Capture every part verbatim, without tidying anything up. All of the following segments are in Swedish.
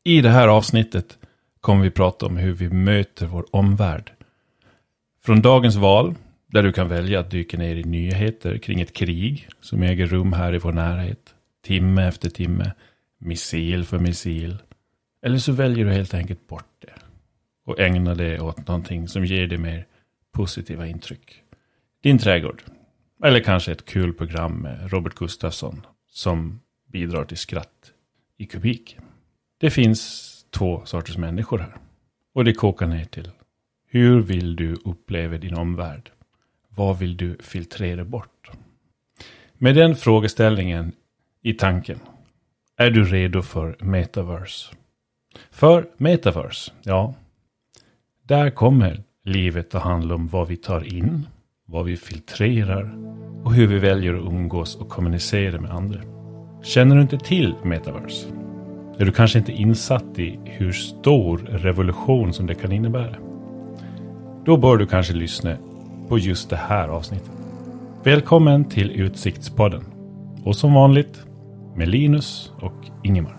I det här avsnittet kommer vi prata om hur vi möter vår omvärld. Från dagens val, där du kan välja att dyka ner i nyheter kring ett krig som äger rum här i vår närhet, timme efter timme, missil för missil. Eller så väljer du helt enkelt bort det och ägnar det åt någonting som ger dig mer positiva intryck. Din trädgård, eller kanske ett kul program med Robert Gustafsson som bidrar till skratt i kubik. Det finns två sorters människor här. Och det kokar ner till: hur vill du uppleva din omvärld? Vad vill du filtrera bort? Med den frågeställningen i tanken, är du redo för Metaverse? För Metaverse, ja, där kommer livet att handla om vad vi tar in, vad vi filtrerar och hur vi väljer att umgås och kommunicera med andra. Känner du inte till Metaverse? Är du kanske inte insatt i hur stor revolution som det kan innebära? Då bör du kanske lyssna på just det här avsnittet. Välkommen till Utsiktspodden. Och som vanligt med Linus och Ingemar.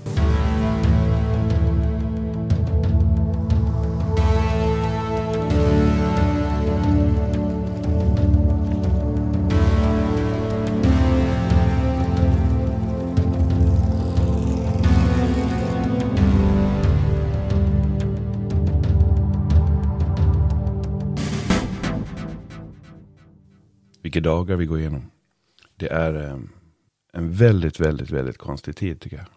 Vilka dagar vi går igenom. Det är um, en väldigt, väldigt, väldigt konstig tid tycker jag.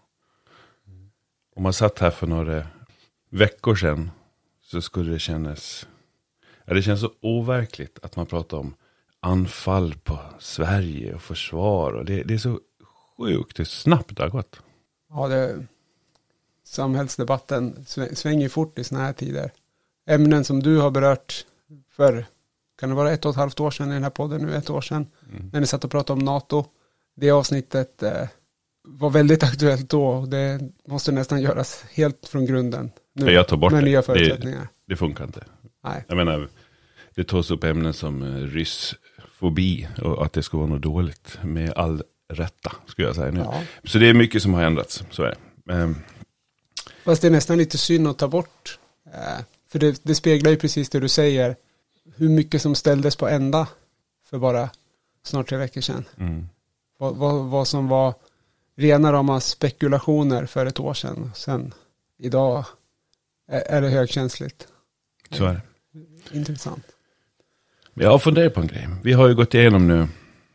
Om man satt här för några veckor sedan så skulle det kännas... Ja, det känns så overkligt att man pratar om anfall på Sverige och försvar. Och det, det är så sjukt hur snabbt det har gått. Ja, det, samhällsdebatten svänger fort i såna här tider. Ämnen som du har berört för... Kan det vara ett och ett halvt år sedan i den här podden nu, ett år sedan, mm. när ni satt och pratade om NATO. Det avsnittet eh, var väldigt aktuellt då. Det måste nästan göras helt från grunden nu. Jag tar bort med det. Nya förutsättningar. Det, det funkar inte. Nej. Jag menar, det tas upp ämnen som ryssfobi och att det ska vara något dåligt med all rätta, skulle jag säga nu. Ja. Så det är mycket som har ändrats, så är det. Um, Fast det är nästan lite synd att ta bort. Eh, för det, det speglar ju precis det du säger. Hur mycket som ställdes på ända för bara snart tre veckor sedan. Mm. Vad, vad, vad som var rena rama spekulationer för ett år sedan. Sen idag är, är det högkänsligt. Så är det. Intressant. Jag har funderat på en grej. Vi har ju gått igenom nu.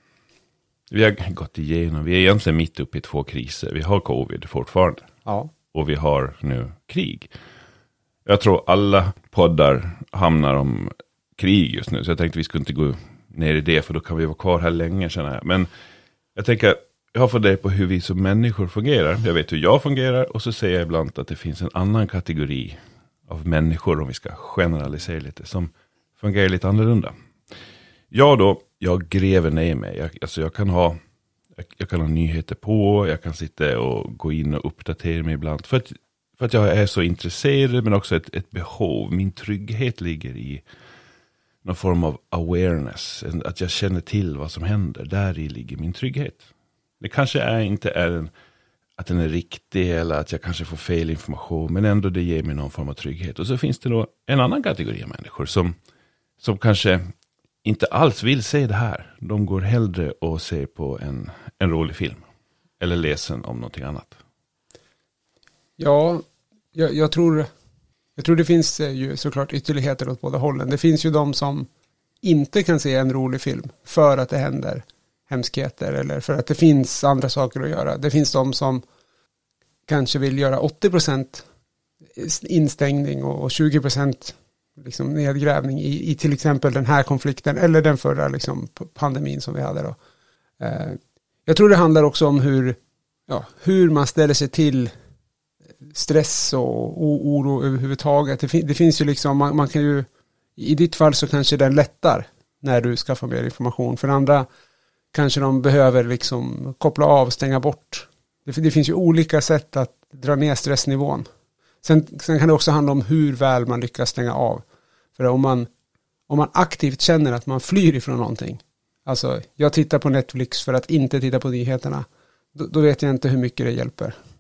Vi har gått igenom. Vi är egentligen mitt uppe i två kriser. Vi har covid fortfarande. Ja. Och vi har nu krig. Jag tror alla poddar hamnar om krig just nu, så jag tänkte vi skulle inte gå ner i det, för då kan vi vara kvar här länge, känner jag. Men jag tänker, jag har fått det på hur vi som människor fungerar. Jag vet hur jag fungerar, och så säger jag ibland att det finns en annan kategori av människor, om vi ska generalisera lite, som fungerar lite annorlunda. Jag då, jag gräver ner mig. Jag, alltså jag kan ha jag, jag kan ha nyheter på, jag kan sitta och gå in och uppdatera mig ibland, för att, för att jag är så intresserad, men också ett, ett behov. Min trygghet ligger i någon form av awareness. Att jag känner till vad som händer. Där i ligger min trygghet. Det kanske är, inte är en, att den är riktig, eller att jag kanske får fel information. Men ändå det ger mig någon form av trygghet. Och så finns det då en annan kategori av människor som, som kanske inte alls vill se det här. De går hellre och ser på en, en rolig film. Eller läser om någonting annat. Ja, jag, jag tror... Jag tror det finns ju såklart ytterligheter åt båda hållen. Det finns ju de som inte kan se en rolig film för att det händer hemskheter eller för att det finns andra saker att göra. Det finns de som kanske vill göra åttio procent instängning och tjugo procent liksom nedgrävning i, i till exempel den här konflikten eller den förra liksom pandemin som vi hade då. Jag tror det handlar också om hur, ja, hur man ställer sig till stress och oro överhuvudtaget. Det, fin- det finns ju liksom, man, man kan ju, i ditt fall så kanske den lättar när du skaffar mer information. För andra kanske de behöver liksom koppla av, stänga bort. Det, det finns ju olika sätt att dra ner stressnivån. Sen, sen kan det också handla om hur väl man lyckas stänga av. För om man, om man aktivt känner att man flyr ifrån någonting. Alltså, jag tittar på Netflix för att inte titta på nyheterna. Då, då vet jag inte hur mycket det hjälper.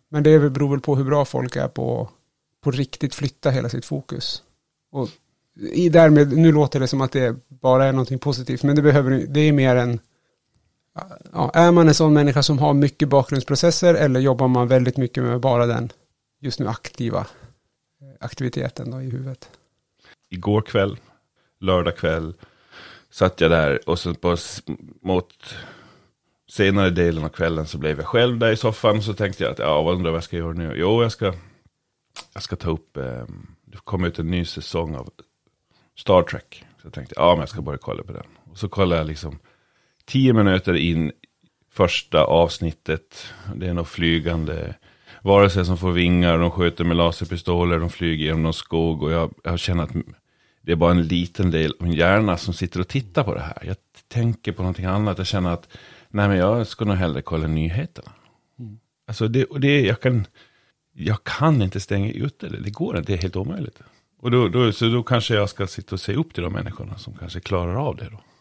Men det beror väl på hur bra folk är på på riktigt flytta hela sitt fokus. Och i därmed, nu låter det som att det bara är någonting positivt, men det behöver det är mer en ja, är man en sån människa som har mycket bakgrundsprocesser eller jobbar man väldigt mycket med bara den just nu aktiva aktiviteten då i huvudet? Igår kväll, lördag kväll, satt jag där och så på mot senare delen av kvällen så blev jag själv där i soffan och så tänkte jag att ja, vad undrar vad jag ska göra nu? Jo, jag ska jag ska ta upp eh, det kommer ut en ny säsong av Star Trek. Så jag tänkte, ja men jag ska bara kolla på den. Och så kollar jag liksom tio minuter in första avsnittet. Det är någon flygande varelser som får vingar, de skjuter med laserpistoler, de flyger genom någon skog och jag, jag känner att det är bara en liten del av min hjärna som sitter och tittar på det här. Jag tänker på någonting annat. Jag känner att nej men jag ska nog hellre kolla nyheterna. Mm. Alltså det, och det, jag kan jag kan inte stänga ut det. Det går inte, det är helt omöjligt. Och då, då, så då kanske jag ska sitta och se upp till de människorna som kanske klarar av det då.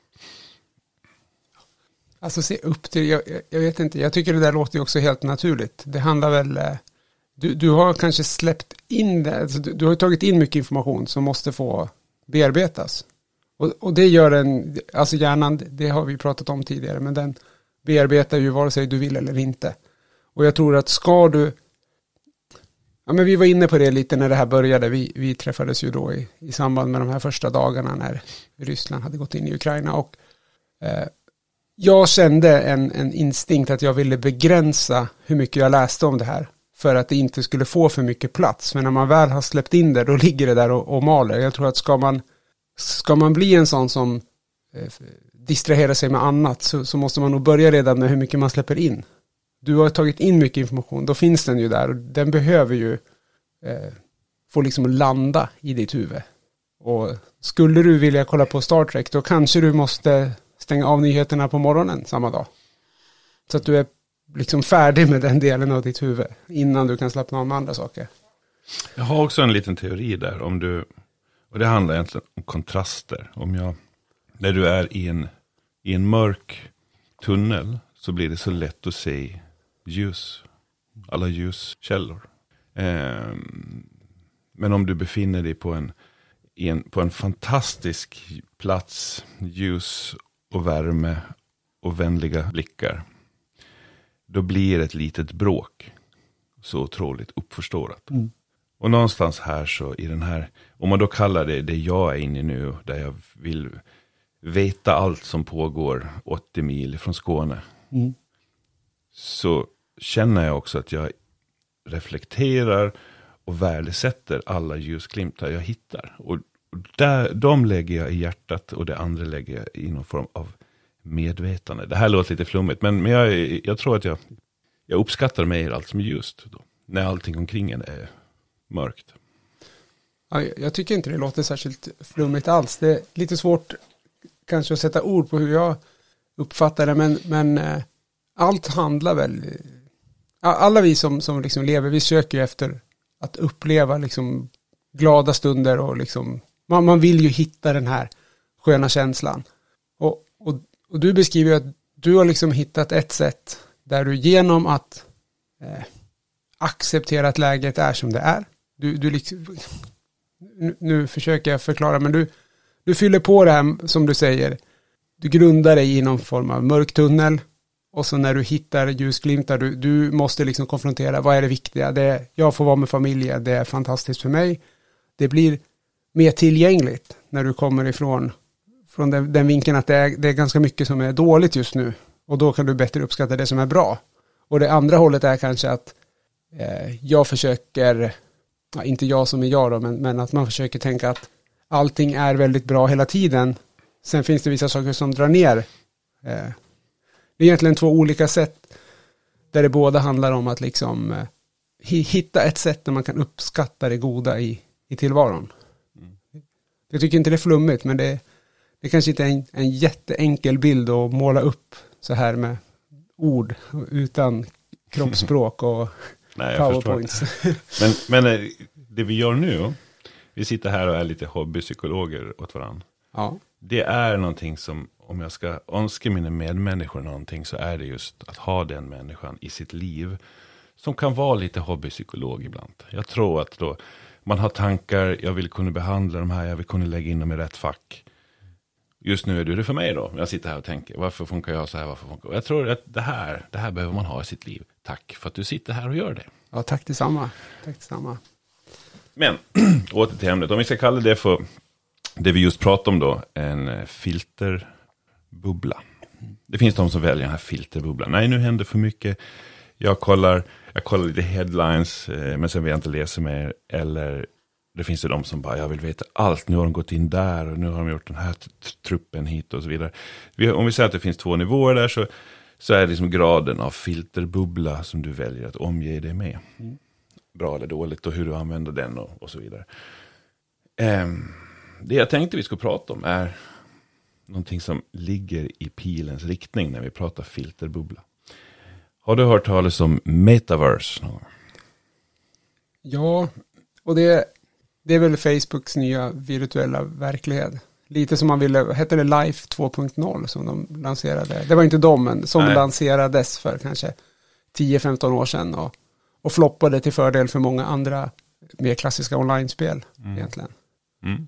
Alltså se upp till, jag, jag vet inte, jag tycker det där låter ju också helt naturligt. Det handlar väl, du, du har kanske släppt in det, alltså du, du har tagit in mycket information som måste få bearbetas. Och, och det gör en, alltså hjärnan, det har vi pratat om tidigare, men den bearbetar ju vare sig du vill eller inte. Och jag tror att ska du, ja men vi var inne på det lite när det här började, vi, vi träffades ju då i, i samband med de här första dagarna när Ryssland hade gått in i Ukraina och eh, jag kände en, en instinkt att jag ville begränsa hur mycket jag läste om det här för att det inte skulle få för mycket plats. Men när man väl har släppt in det, då ligger det där och, och maler. Jag tror att ska man, ska man bli en sån som eh, distraherar sig med annat så, så måste man nog börja redan med hur mycket man släpper in. Du har tagit in mycket information, då finns den ju där och den behöver ju eh, få liksom landa i ditt huvud. Och skulle du vilja kolla på Star Trek, då kanske du måste stänga av nyheterna på morgonen samma dag. Så att du är liksom färdig med den delen av ditt huvud innan du kan slappna av med andra saker. Jag har också en liten teori där om du, och det handlar egentligen om kontraster. Om jag, när du är i en, i en mörk tunnel så blir det så lätt att se ljus, alla ljuskällor. Eh, men om du befinner dig på en, i en, på en fantastisk plats, ljus och värme och vänliga blickar, då blir ett litet bråk så otroligt uppförstorat. Mm. Och någonstans här så i den här, om man då kallar det det jag är inne i nu, där jag vill veta allt som pågår åttio mil från Skåne, mm. så känner jag också att jag reflekterar och värdesätter alla ljusglimtar jag hittar. Och där, de lägger jag i hjärtat och det andra lägger jag i någon form av medvetande. Det här låter lite flummigt, men, men jag, jag tror att jag, jag uppskattar mer allt som är ljust då, när allting omkring en är mörkt. Ja, jag tycker inte det låter särskilt flummigt alls. Det är lite svårt kanske att sätta ord på hur jag uppfattar det, men, men eh, allt handlar väl, alla vi som, som liksom lever, vi söker ju efter att uppleva liksom glada stunder och liksom, man, man vill ju hitta den här sköna känslan. Och, och, och du beskriver ju att du har liksom hittat ett sätt där du genom att eh, acceptera att läget är som det är. Du, du liksom, nu, nu försöker jag förklara, men du, du fyller på det här som du säger. Du grundar dig i någon form av mörk tunnel. Och så när du hittar ljusglimtar, du, du måste liksom konfrontera, vad är det viktiga? Det är, jag får vara med familjen, det är fantastiskt för mig. Det blir mer tillgängligt när du kommer ifrån från den, den vinkeln att det är, det är ganska mycket som är dåligt just nu. Och då kan du bättre uppskatta det som är bra. Och det andra hållet är kanske att eh, jag försöker, ja, inte jag som är jag då, men, men att man försöker tänka att allting är väldigt bra hela tiden. Sen finns det vissa saker som drar ner. Eh, det är egentligen två olika sätt där det båda handlar om att liksom eh, hitta ett sätt där man kan uppskatta det goda i, i tillvaron. Mm. Jag tycker inte det är flummigt, men det, det kanske inte är en, en jätteenkel bild att måla upp så här med ord utan kroppsspråk och Nej, powerpoints. men, men det vi gör nu, vi sitter här och är lite hobbypsykologer åt varandra. Ja. Det är någonting som, om jag ska önska mina medmänniskor någonting, så är det just att ha den människan i sitt liv som kan vara lite hobbypsykolog ibland. Jag tror att då man har tankar, jag vill kunna behandla de här, jag vill kunna lägga in dem i rätt fack. Just nu är det för mig då. Jag sitter här och tänker, varför funkar jag så här, varför funkar jag? Jag tror att det här, det här behöver man ha i sitt liv. Tack för att du sitter här och gör det. Ja, tack detsamma. Tack detsamma. Men, åter till ämnet. Om vi ska kalla det för det vi just pratade om då, en filterbubbla. Det finns de som väljer den här filterbubblan. Nej, nu händer för mycket. Jag kollar, jag kollar lite headlines, men sen vill jag inte läsa mer. Eller det finns det de som bara, jag vill veta allt. Nu har de gått in där och nu har de gjort den här t- truppen hit och så vidare. Vi, om vi säger att det finns två nivåer där så, så är det liksom graden av filterbubbla som du väljer att omge dig med. Mm. Bra eller dåligt och hur du använder den och, och så vidare. Um, det jag tänkte vi skulle prata om är någonting som ligger i pilens riktning när vi pratar filterbubbla. Har du hört talas om metaverse? Ja, och det, det är väl Facebooks nya virtuella verklighet. Lite som man ville, hette det Life två punkt noll som de lanserade. Det var inte de, men som Nej. lanserades för kanske tio femton år sedan och, och floppade till fördel för många andra mer klassiska online-spel mm. egentligen. Mm.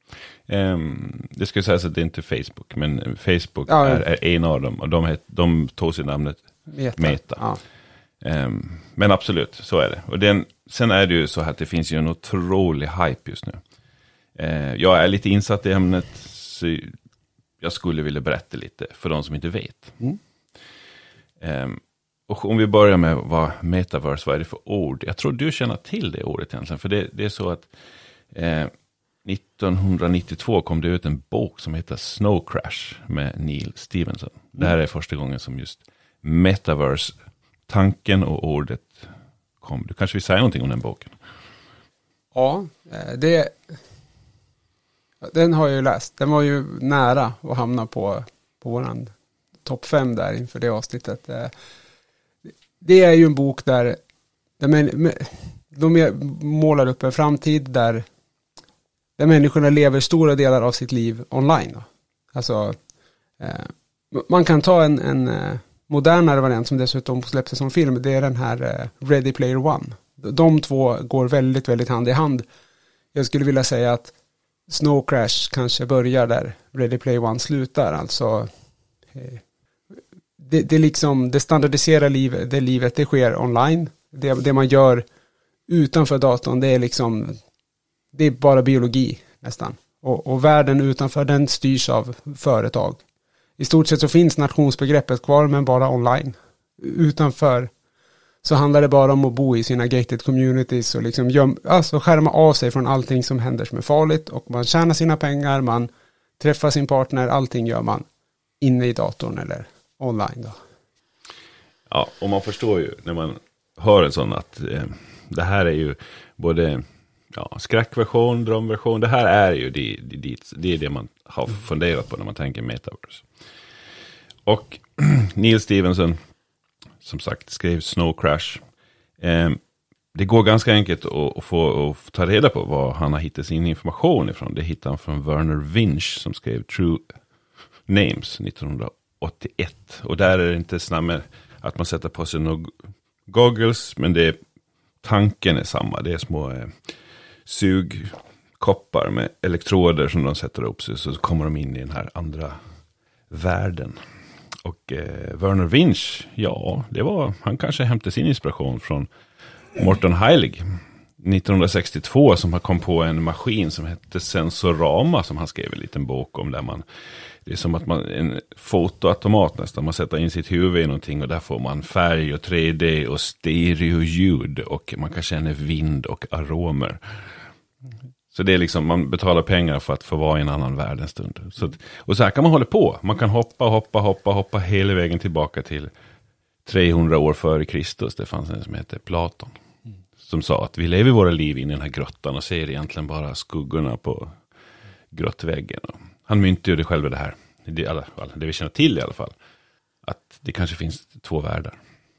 Um, det ska sägas att det är inte Facebook, men Facebook ja, är, är en av dem och de, het, de tog sig namnet Meta. Meta. Ja. Um, men absolut, så är det. Och den, sen är det ju så att det finns ju en otrolig hype just nu. Uh, jag är lite insatt i ämnet så jag skulle vilja berätta lite för de som inte vet. Mm. Um, och om vi börjar med vad metaverse, vad är det för ord? Jag tror du känner till det ordet egentligen, för det, det är så att uh, nittonhundranittiotvå kom det ut en bok som heter Snow Crash med Neil Stephenson. Mm. Det här är första gången som just metaverse, tanken och ordet kom. Du kanske vill säga någonting om den boken? Ja, det, den har jag ju läst. Den var ju nära att hamna på, på våran topp fem där inför det avsnittet. Det är ju en bok där, där de målar upp en framtid där där människorna lever stora delar av sitt liv online. Då. Alltså, eh, man kan ta en, en eh, modernare variant som dessutom släpptes som film. Det är den här eh, Ready Player One. De två går väldigt, väldigt hand i hand. Jag skulle vilja säga att Snow Crash kanske börjar där Ready Player One slutar. Alltså, eh, det, det liksom, det standardiserar livet, det livet, det sker online. Det, det man gör utanför datorn, det är liksom... Det är bara biologi nästan. Och, och världen utanför den styrs av företag. I stort sett så finns nationsbegreppet kvar men bara online. Utanför så handlar det bara om att bo i sina gated communities och liksom göm, alltså skärma av sig från allting som händer som är farligt. Och man tjänar sina pengar, man träffar sin partner, allting gör man inne i datorn eller online då. Ja, och man förstår ju när man hör en sån att eh, det här är ju både... Ja, skräckversion, drömversion, det här är ju det, det, det är det man har funderat på när man tänker metaverse. Och Neil Stephenson, som sagt, skrev Snow Crash. Eh, det går ganska enkelt att, att få att ta reda på vad han har hittat sin information ifrån. Det hittar han från Werner Winch som skrev True Names nittonhundraåttioett. Och där är det inte snabbare att man sätter på sig några goggles, men det är, tanken är samma. Det är små... Eh, sugkoppar med elektroder som de sätter upp sig, så kommer de in i den här andra världen. Och eh, Werner Winch, ja, det var, han kanske hämtade sin inspiration från Morton Heilig nittonhundrasextiotvå som har kom på en maskin som hette Sensorama som han skrev en liten bok om där man, det är som att man, en fotoautomat nästan, man sätter in sitt huvud i någonting och där får man färg och tre D och stereoljud och man kan känna vind och aromer. Så det är liksom, man betalar pengar för att få vara i en annan värld en stund. Så, och så här kan man hålla på. Man kan hoppa, hoppa, hoppa, hoppa hela vägen tillbaka till trehundra år före Kristus. Det fanns en som heter Platon. Mm. Som sa att vi lever våra liv in i den här grottan och ser egentligen bara skuggorna på grottväggen. Han myntade ju det själva det här. Det, alla, det vi känner till i alla fall. Att det kanske finns två världar.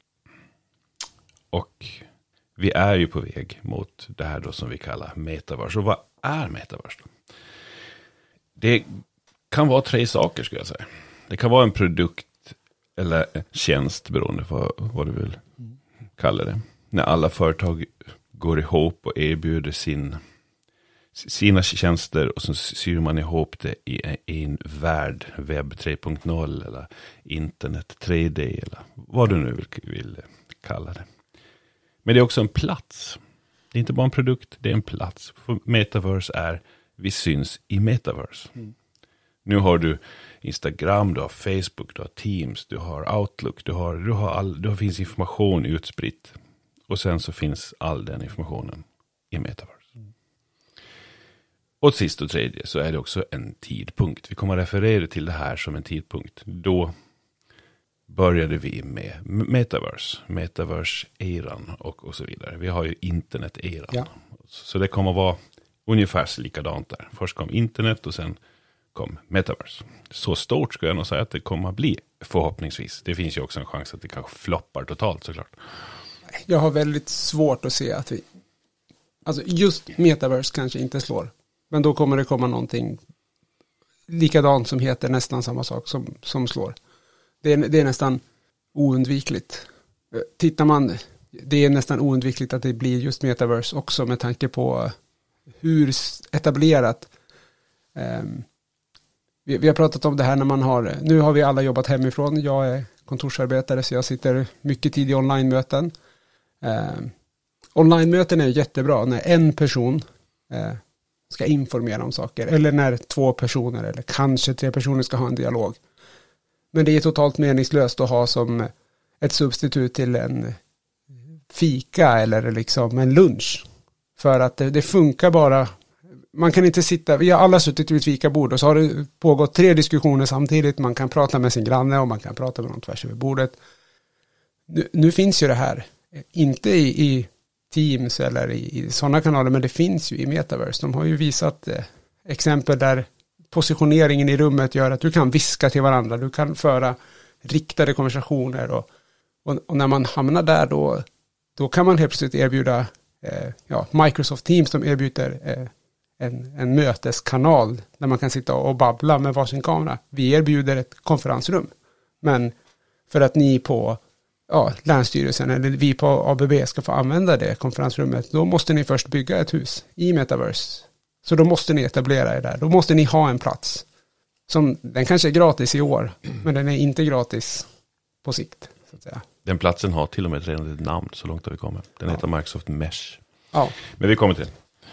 Och... vi är ju på väg mot det här då som vi kallar metaverse. Och vad är metaverse då? Det kan vara tre saker skulle jag säga. Det kan vara en produkt eller en tjänst beroende på vad du vill kalla det. när alla företag går ihop och erbjuder sin, sina tjänster och så syr man ihop det i en, en värld, webb tre punkt noll eller internet tre D eller vad du nu vill, vill kalla det. Men det är också en plats. Det är inte bara en produkt, det är en plats. För metaverse är, vi syns i metaverse. Mm. Nu har du Instagram, du har Facebook, du har Teams, du har Outlook, du har, du har all, det finns information utspritt. Och sen så finns all den informationen i metaverse. Mm. Och sist och tredje så är det också en tidpunkt. Vi kommer att referera till det här som en tidpunkt. Då började vi med metaverse, metaverse-eran och, och så vidare. Vi har ju internet-eran. Ja. Så det kommer att vara ungefär likadant där. Först kom internet och sen kom metaverse. Så stort ska jag nog säga att det kommer att bli förhoppningsvis. Det finns ju också en chans att det kanske floppar totalt såklart. Jag har väldigt svårt att se att vi, alltså just metaverse kanske inte slår. Men då kommer det komma någonting likadant som heter nästan samma sak som, som slår. Det är, det är nästan oundvikligt. Tittar man, det är nästan oundvikligt att det blir just metaverse också med tanke på hur etablerat um, vi, vi har pratat om det här när man har, nu har vi alla jobbat hemifrån, jag är kontorsarbetare så jag sitter mycket tid i online-möten. Um, online-möten är jättebra när en person uh, ska informera om saker eller när två personer eller kanske tre personer ska ha en dialog. Men det är totalt meningslöst att ha som ett substitut till en fika eller liksom en lunch. För att det, det funkar bara. Man kan inte sitta, vi har alla suttit vid ett fikabord och så har det pågått tre diskussioner samtidigt. Man kan prata med sin granne och man kan prata med någon tvärs över bordet. Nu, nu finns ju det här, inte i, i Teams eller i, i sådana kanaler, men det finns ju i metaverse. De har ju visat eh, exempel där positioneringen i rummet gör att du kan viska till varandra. Du kan föra riktade konversationer. Och, och, och när man hamnar där då, då kan man helt plötsligt erbjuda eh, ja, Microsoft Teams som erbjuder eh, en, en möteskanal där man kan sitta och babbla med varsin kamera. Vi erbjuder ett konferensrum. Men för att ni på ja, Länsstyrelsen eller vi på A B B ska få använda det konferensrummet, då måste ni först bygga ett hus i metaverse. Så då måste ni etablera er där. Då måste ni ha en plats. Som, den kanske är gratis i år, men den är inte gratis på sikt. Så att säga. Den platsen har till och med redan ett namn så långt har vi kommer. Den ja. heter Microsoft Mesh. Ja. Men vi kommer till.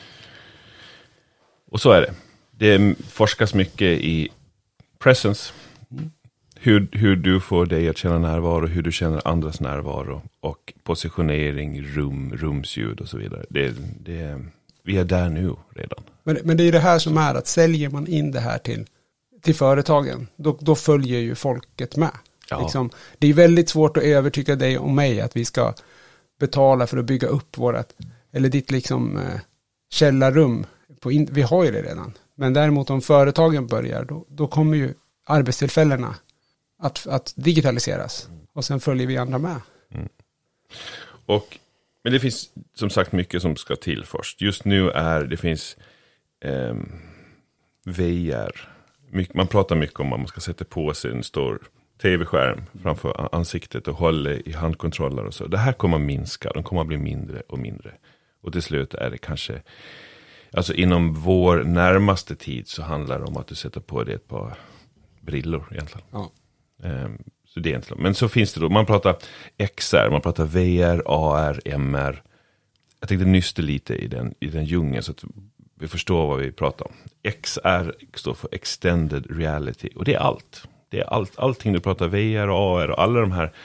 Och så är det. Det forskas mycket i presence. Mm. Hur, hur du får dig att känna närvaro, hur du känner andras närvaro. Och positionering, rum, rumsljud och så vidare. Det, det, vi är där nu redan. Men, men det är det här som är att säljer man in det här till, till företagen, då, då följer ju folket med. Ja. Liksom, det är väldigt svårt att övertyga dig och mig att vi ska betala för att bygga upp vårat, eller ditt liksom eh, källarrum. På in, vi har ju det redan. Men däremot om företagen börjar, då, då kommer ju arbetstillfällena att, att digitaliseras. Mm. Och sen följer vi andra med. Mm. Och men det finns som sagt mycket som ska till först. Just nu är det finns eh, V R. My, man pratar mycket om att man ska sätta på sig en stor tv-skärm framför ansiktet och hålla i handkontroller och så. Det här kommer att minska. De kommer att bli mindre och mindre. Och till slut är det kanske, alltså inom vår närmaste tid så handlar det om att du sätter på dig ett par brillor egentligen. Ja. Eh, Så det är inte, men så finns det då, man pratar X R, man pratar V R, A R, M R. Jag tänkte nysta lite i den, i den djungeln så att vi förstår vad vi pratar om. X R står för Extended Reality och det är allt. Det är allt, allting du pratar V R och A R och alla de här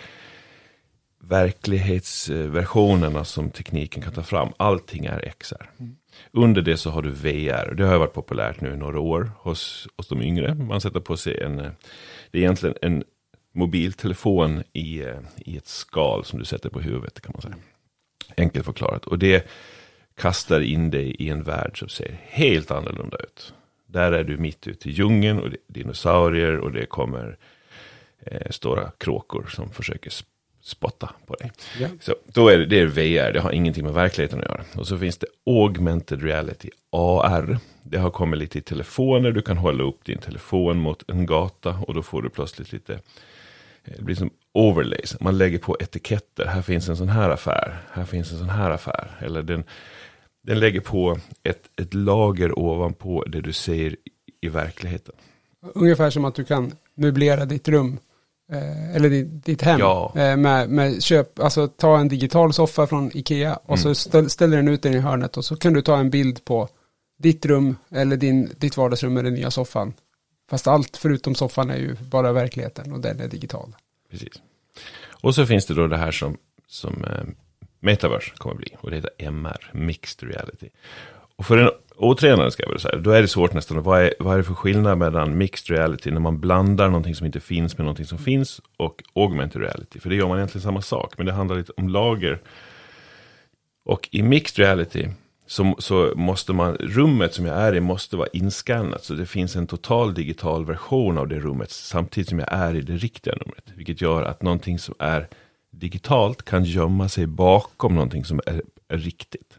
verklighetsversionerna som tekniken kan ta fram. Allting är X R. Mm. Under det så har du V R. Det har varit populärt nu i några år hos, hos de yngre. Man sätter på sig en, det är egentligen en mobiltelefon i, i ett skal som du sätter på huvudet kan man säga. Enkelt förklarat. Och det kastar in dig i en värld som ser helt annorlunda ut. Där är du mitt ute i djungeln och det är dinosaurier och det kommer eh, stora kråkor som försöker spotta på dig. Ja. Så då är det, det är V R, det har ingenting med verkligheten att göra. Och så finns det Augmented Reality, A R. Det har kommit lite i telefoner, du kan hålla upp din telefon mot en gata och då får du plötsligt lite det blir som overlays. Man lägger på etiketter. Här finns en sån här affär. Här finns en sån här affär. Eller den, den lägger på ett, ett lager ovanpå det du ser i verkligheten. Ungefär som att du kan möblera ditt rum. Eh, eller ditt, ditt hem. Ja. Eh, med, med köp, alltså ta en digital soffa från Ikea. Och mm. så ställ, ställer den ut den i hörnet. Och så kan du ta en bild på ditt rum. Eller din, ditt vardagsrum med den nya soffan. Fast allt förutom soffan är ju bara verkligheten. Och den är digital. Precis. Och så finns det då det här som, som eh, Metaverse kommer bli. Och det heter M R, Mixed Reality. Och för en otränare ska jag väl säga, då är det svårt nästan. Vad är, vad är det för skillnad mellan Mixed Reality när man blandar någonting som inte finns med någonting som finns och Augmented Reality? För det gör man egentligen samma sak, men det handlar lite om lager. Och i Mixed Reality så, så måste man, rummet som jag är i måste vara inskannat. Så det finns en total digital version av det rummet samtidigt som jag är i det riktiga rummet. Vilket gör att någonting som är digitalt kan gömma sig bakom någonting som är, är riktigt.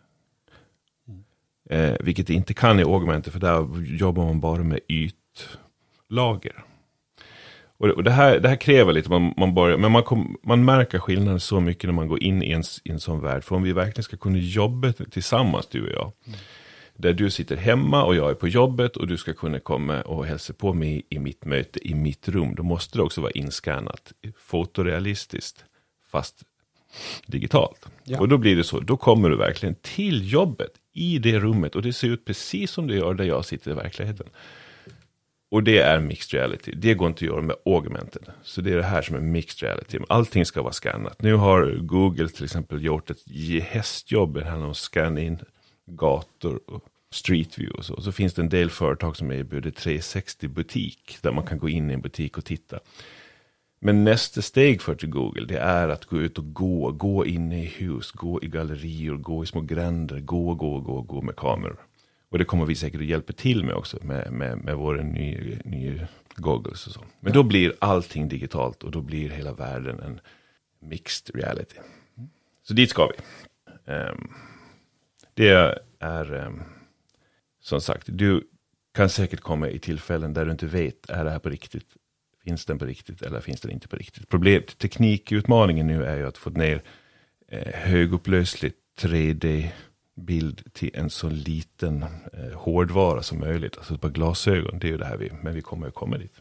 Eh, vilket det inte kan i Augmented, för där jobbar man bara med ytlager. Och, och det, här, det här kräver lite, man, man börjar, men man, kom, man märker skillnaden så mycket när man går in i en, i en sån värld. För om vi verkligen ska kunna jobba tillsammans, du och jag, mm. där du sitter hemma och jag är på jobbet och du ska kunna komma och hälsa på mig i mitt möte, i mitt rum, då måste det också vara inskannat, fotorealistiskt, fast digitalt. Ja. Och då blir det så, då kommer du verkligen till jobbet i det rummet och det ser ut precis som det gör där jag sitter i verkligheten. Och det är mixed reality. Det går inte att göra med augmented. Så det är det här som är mixed reality. Allting ska vara skannat. Nu har Google till exempel gjort ett hästjobb. Det handlar om att scanna in gator och Street View och så. Så finns det en del företag som erbjuder trehundrasextio butik där man kan gå in i en butik och titta. Men nästa steg för till Google, det är att gå ut och gå. Gå in i hus, gå i gallerier, gå i små gränder, gå, gå, gå, gå med kameror. Och det kommer vi säkert att hjälpa till med också med, med, med våra nya, nya goggles och så. Men då blir allting digitalt och då blir hela världen en mixed reality. Så dit ska vi. Um, det är um, som sagt, du kan säkert komma i tillfällen där du inte vet, är det här på riktigt? Finns den på riktigt eller finns den inte på riktigt? Problem, teknikutmaningen nu är ju att få ner eh, högupplösligt tre D-bild till en så liten eh, hårdvara som möjligt. Alltså på glasögon, det är ju det här vi, men vi kommer ju komma dit.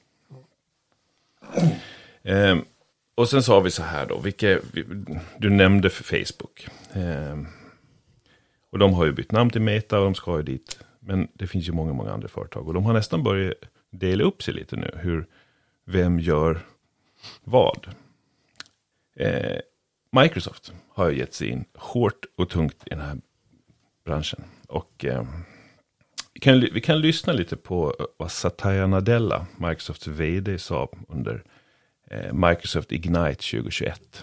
Eh, och sen så har vi så här då, vilka, du nämnde för Facebook. Eh, och de har ju bytt namn till Meta och de ska ju dit. Men det finns ju många, många andra företag och de har nästan börjat dela upp sig lite nu. Hur Vem gör vad? Eh, Microsoft har gett sig in hårt och tungt i den här branschen. Och eh, vi, kan, vi kan lyssna lite på vad Satya Nadella, Microsofts vd, sa under eh, Microsoft Ignite tjugohundratjugoett.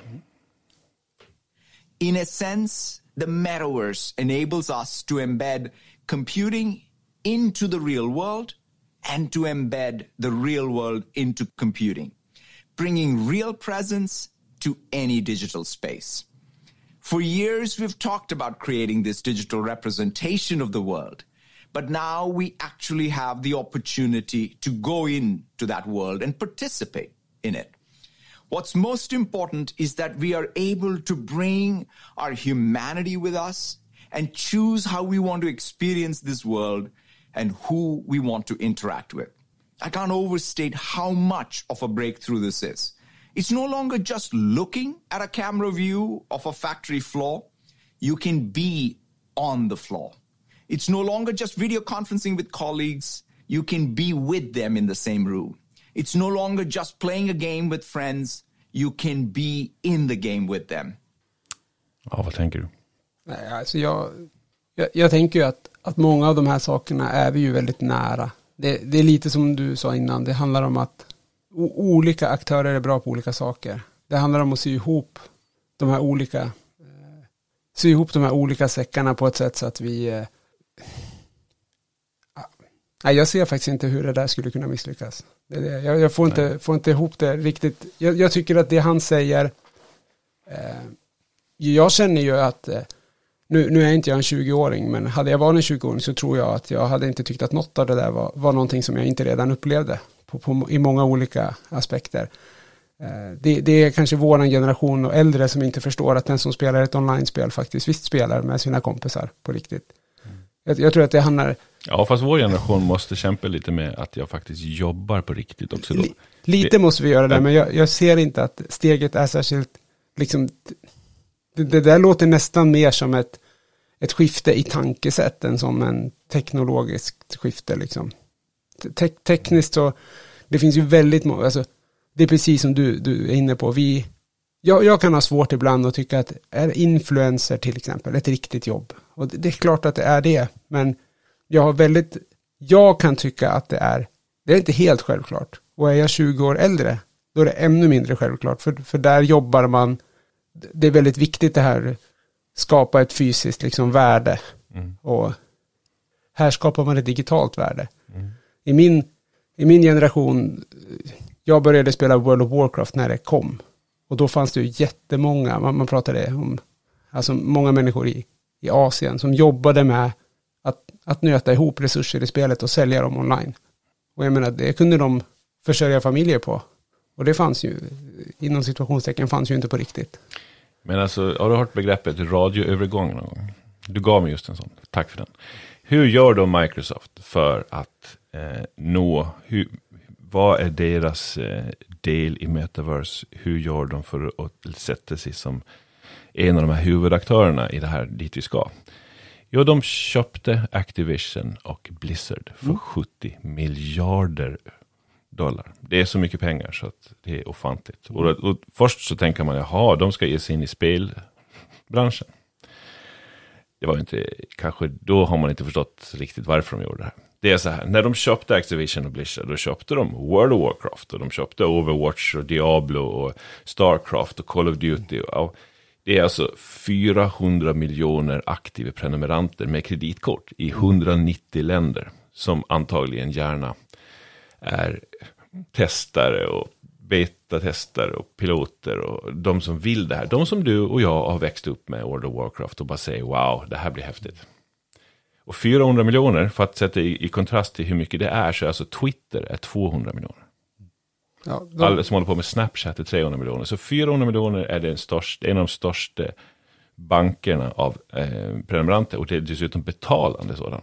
In a sense, the metaverse enables us to embed computing into the real world and to embed the real world into computing, bringing real presence to any digital space. For years, we've talked about creating this digital representation of the world, but now we actually have the opportunity to go into that world and participate in it. What's most important is that we are able to bring our humanity with us and choose how we want to experience this world and who we want to interact with. I can't overstate how much of a breakthrough this is. It's no longer just looking at a camera view of a factory floor. You can be on the floor. It's no longer just video conferencing with colleagues. You can be with them in the same room. It's no longer just playing a game with friends. You can be in the game with them. Ja, vad tänker du? Nej, alltså jag, jag, jag tänker ju att att många av de här sakerna är vi ju väldigt nära. Det, det är lite som du sa innan. Det handlar om att o- olika aktörer är bra på olika saker. Det handlar om att sy ihop de här olika eh, sy ihop de här olika säckarna på ett sätt så att vi eh, nej, jag ser faktiskt inte hur det där skulle kunna misslyckas. Det är det. Jag, jag får, inte, får inte ihop det riktigt. Jag, jag tycker att det han säger eh, jag känner ju att eh, Nu, nu är inte jag en tjugo-åring, men hade jag varit en tjugo-åring så tror jag att jag hade inte tyckt att något av det där var, var någonting som jag inte redan upplevde på, på, i många olika aspekter. Det, det är kanske våran generation och äldre som inte förstår att den som spelar ett online-spel faktiskt visst spelar med sina kompisar på riktigt. Mm. Jag, jag tror att det handlar... Ja, fast vår generation måste kämpa lite med att jag faktiskt jobbar på riktigt också då. L- lite det, måste vi göra det, men jag, jag ser inte att steget är särskilt... Liksom, det, det där låter nästan mer som ett, ett skifte i tankesätt än som en teknologiskt skifte. Liksom. Te- tekniskt så... Det finns ju väldigt många... Alltså, det är precis som du, du är inne på. Vi, jag, jag kan ha svårt ibland att tycka att är influencer till exempel ett riktigt jobb. Och det, det är klart att det är det. Men jag har väldigt, jag kan tycka att det är, det är inte helt självklart. Och är jag tjugo år äldre, då är det ännu mindre självklart. För, för där jobbar man, det är väldigt viktigt det här, skapa ett fysiskt liksom värde. Mm. Och här skapar man ett digitalt värde. Mm. I min, i min generation... Jag började spela World of Warcraft när det kom. Och då fanns det ju jättemånga, man, man pratade om, alltså många människor i, i Asien som jobbade med att, att nöta ihop resurser i spelet och sälja dem online. Och jag menar, det kunde de försörja familjer på. Och det fanns ju, inom situationstecken fanns ju inte på riktigt. Men alltså, har du hört begreppet radioövergång någon gång? Du gav mig just en sån, tack för den. Hur gör då Microsoft för att eh, nå, hur, vad är deras eh, del i Metaverse? Hur gör de för att sätta sig som en av de här huvudaktörerna i det här dit vi ska? Jo, de köpte Activision och Blizzard för mm. sjuttio miljarder dollar. Det är så mycket pengar så att det är ofantligt. Och, och först så tänker man, jaha, de ska ge sig in i spelbranschen. Det var inte, kanske då har man inte förstått riktigt varför de gjorde det här. Det är så här, när de köpte Activision och Blizzard, då köpte de World of Warcraft och de köpte Overwatch och Diablo och Starcraft och Call of Duty. Och det är alltså fyrahundra miljoner aktiva prenumeranter med kreditkort i hundranittio länder som antagligen gärna är testare och beta-testare och piloter och de som vill det här. De som du och jag har växt upp med World of Warcraft och bara säger wow, det här blir häftigt. Och fyrahundra miljoner, för att sätta i, i kontrast till hur mycket det är, så är alltså Twitter är tvåhundra miljoner. Ja, de... Alla som håller på med Snapchat är trehundra miljoner. Så fyrahundra miljoner är den största, en av de största bankerna av eh, prenumeranter, och det är dessutom betalande sådana.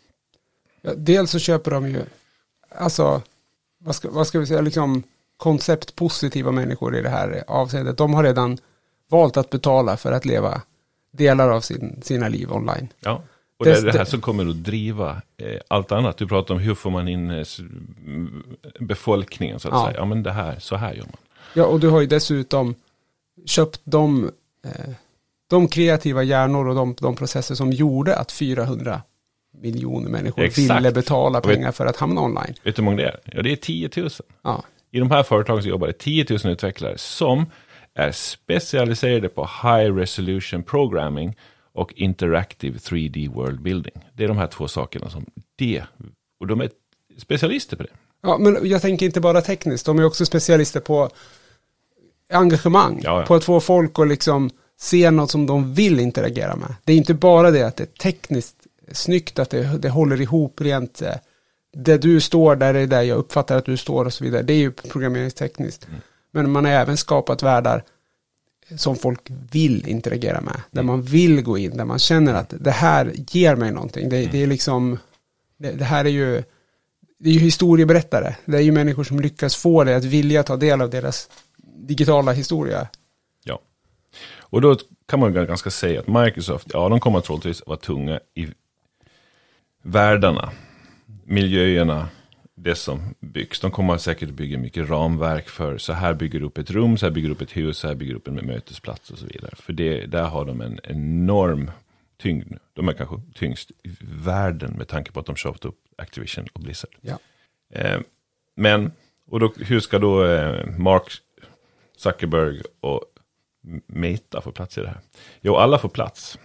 Ja, dels så köper de ju, alltså, vad ska, vad ska vi säga, liksom konceptpositiva människor i det här avseendet. De har redan valt att betala för att leva delar av sin, sina liv online. Ja. Och det är det här som kommer att driva eh, allt annat. Du pratar om hur får man in eh, befolkningen så att ja. säga. Ja, men det här, så här gör man. Ja, och du har ju dessutom köpt de, eh, de kreativa hjärnor och de, de processer som gjorde att fyrahundra miljoner människor Exakt. ville betala pengar vet, för att hamna online. Vet du hur många det är? Ja, det är tio tusen. Ja. I de här företagen så jobbar det tio tusen utvecklare som är specialiserade på high resolution programming och interactive tre D world building. Det är de här två sakerna som det, och de är specialister på det. Ja, men jag tänker inte bara tekniskt, de är också specialister på engagemang, ja, ja. på att få folk att liksom se något som de vill interagera med. Det är inte bara det att det är tekniskt snyggt, att det, det håller ihop rent, där du står, där är där jag uppfattar att du står och så vidare. Det är ju programmeringstekniskt. Mm. Men man har även skapat världar som folk vill interagera med. Där mm. man vill gå in. Där man känner att det här ger mig någonting. Det, mm. det är liksom... Det, det här är ju... Det är ju historieberättare. Det är ju människor som lyckas få det att vilja ta del av deras digitala historia. Ja. Och då kan man ganska säga att Microsoft, ja, de kommer troligtvis vara tunga i världarna, miljöerna, det som byggs. De kommer säkert bygga mycket ramverk för så här bygger upp ett rum, så här bygger upp ett hus, så här bygger upp en mötesplats och så vidare. För det, där har de en enorm tyngd. De är kanske tyngst i världen med tanke på att de köpt upp Activision och Blizzard. Ja. Eh, men, och då, hur ska då eh, Mark Zuckerberg och Meta få plats i det här? Jo, alla får plats.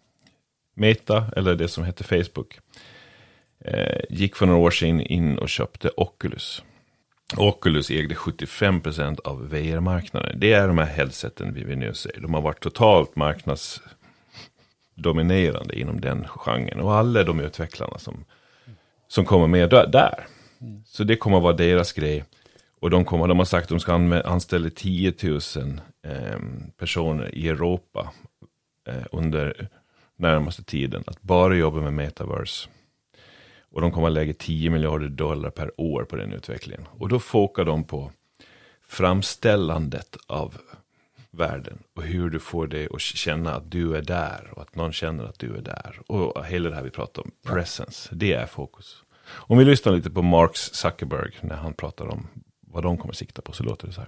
Meta, eller det som heter Facebook, eh, gick för några år sedan in och köpte Oculus. Oculus ägde sjuttiofem procent av V R-marknaden. Det är de här headseten vi vill nu se. De har varit totalt marknadsdominerande inom den genren. Och alla de utvecklarna som, som kommer med där. Så det kommer att vara deras grej. Och de, kommer, de har sagt att de ska anställa tio tusen eh, personer i Europa eh, under närmaste tiden att bara jobba med metaverse. Och de kommer att lägga tio miljarder dollar per år på den utvecklingen. Och då fokar de på framställandet av världen och hur du får det att känna att du är där och att någon känner att du är där. Och hela det här vi pratar om, presence, det är fokus. Om vi lyssnar lite på Mark Zuckerberg när han pratar om vad de kommer sikta på, så låter det så här.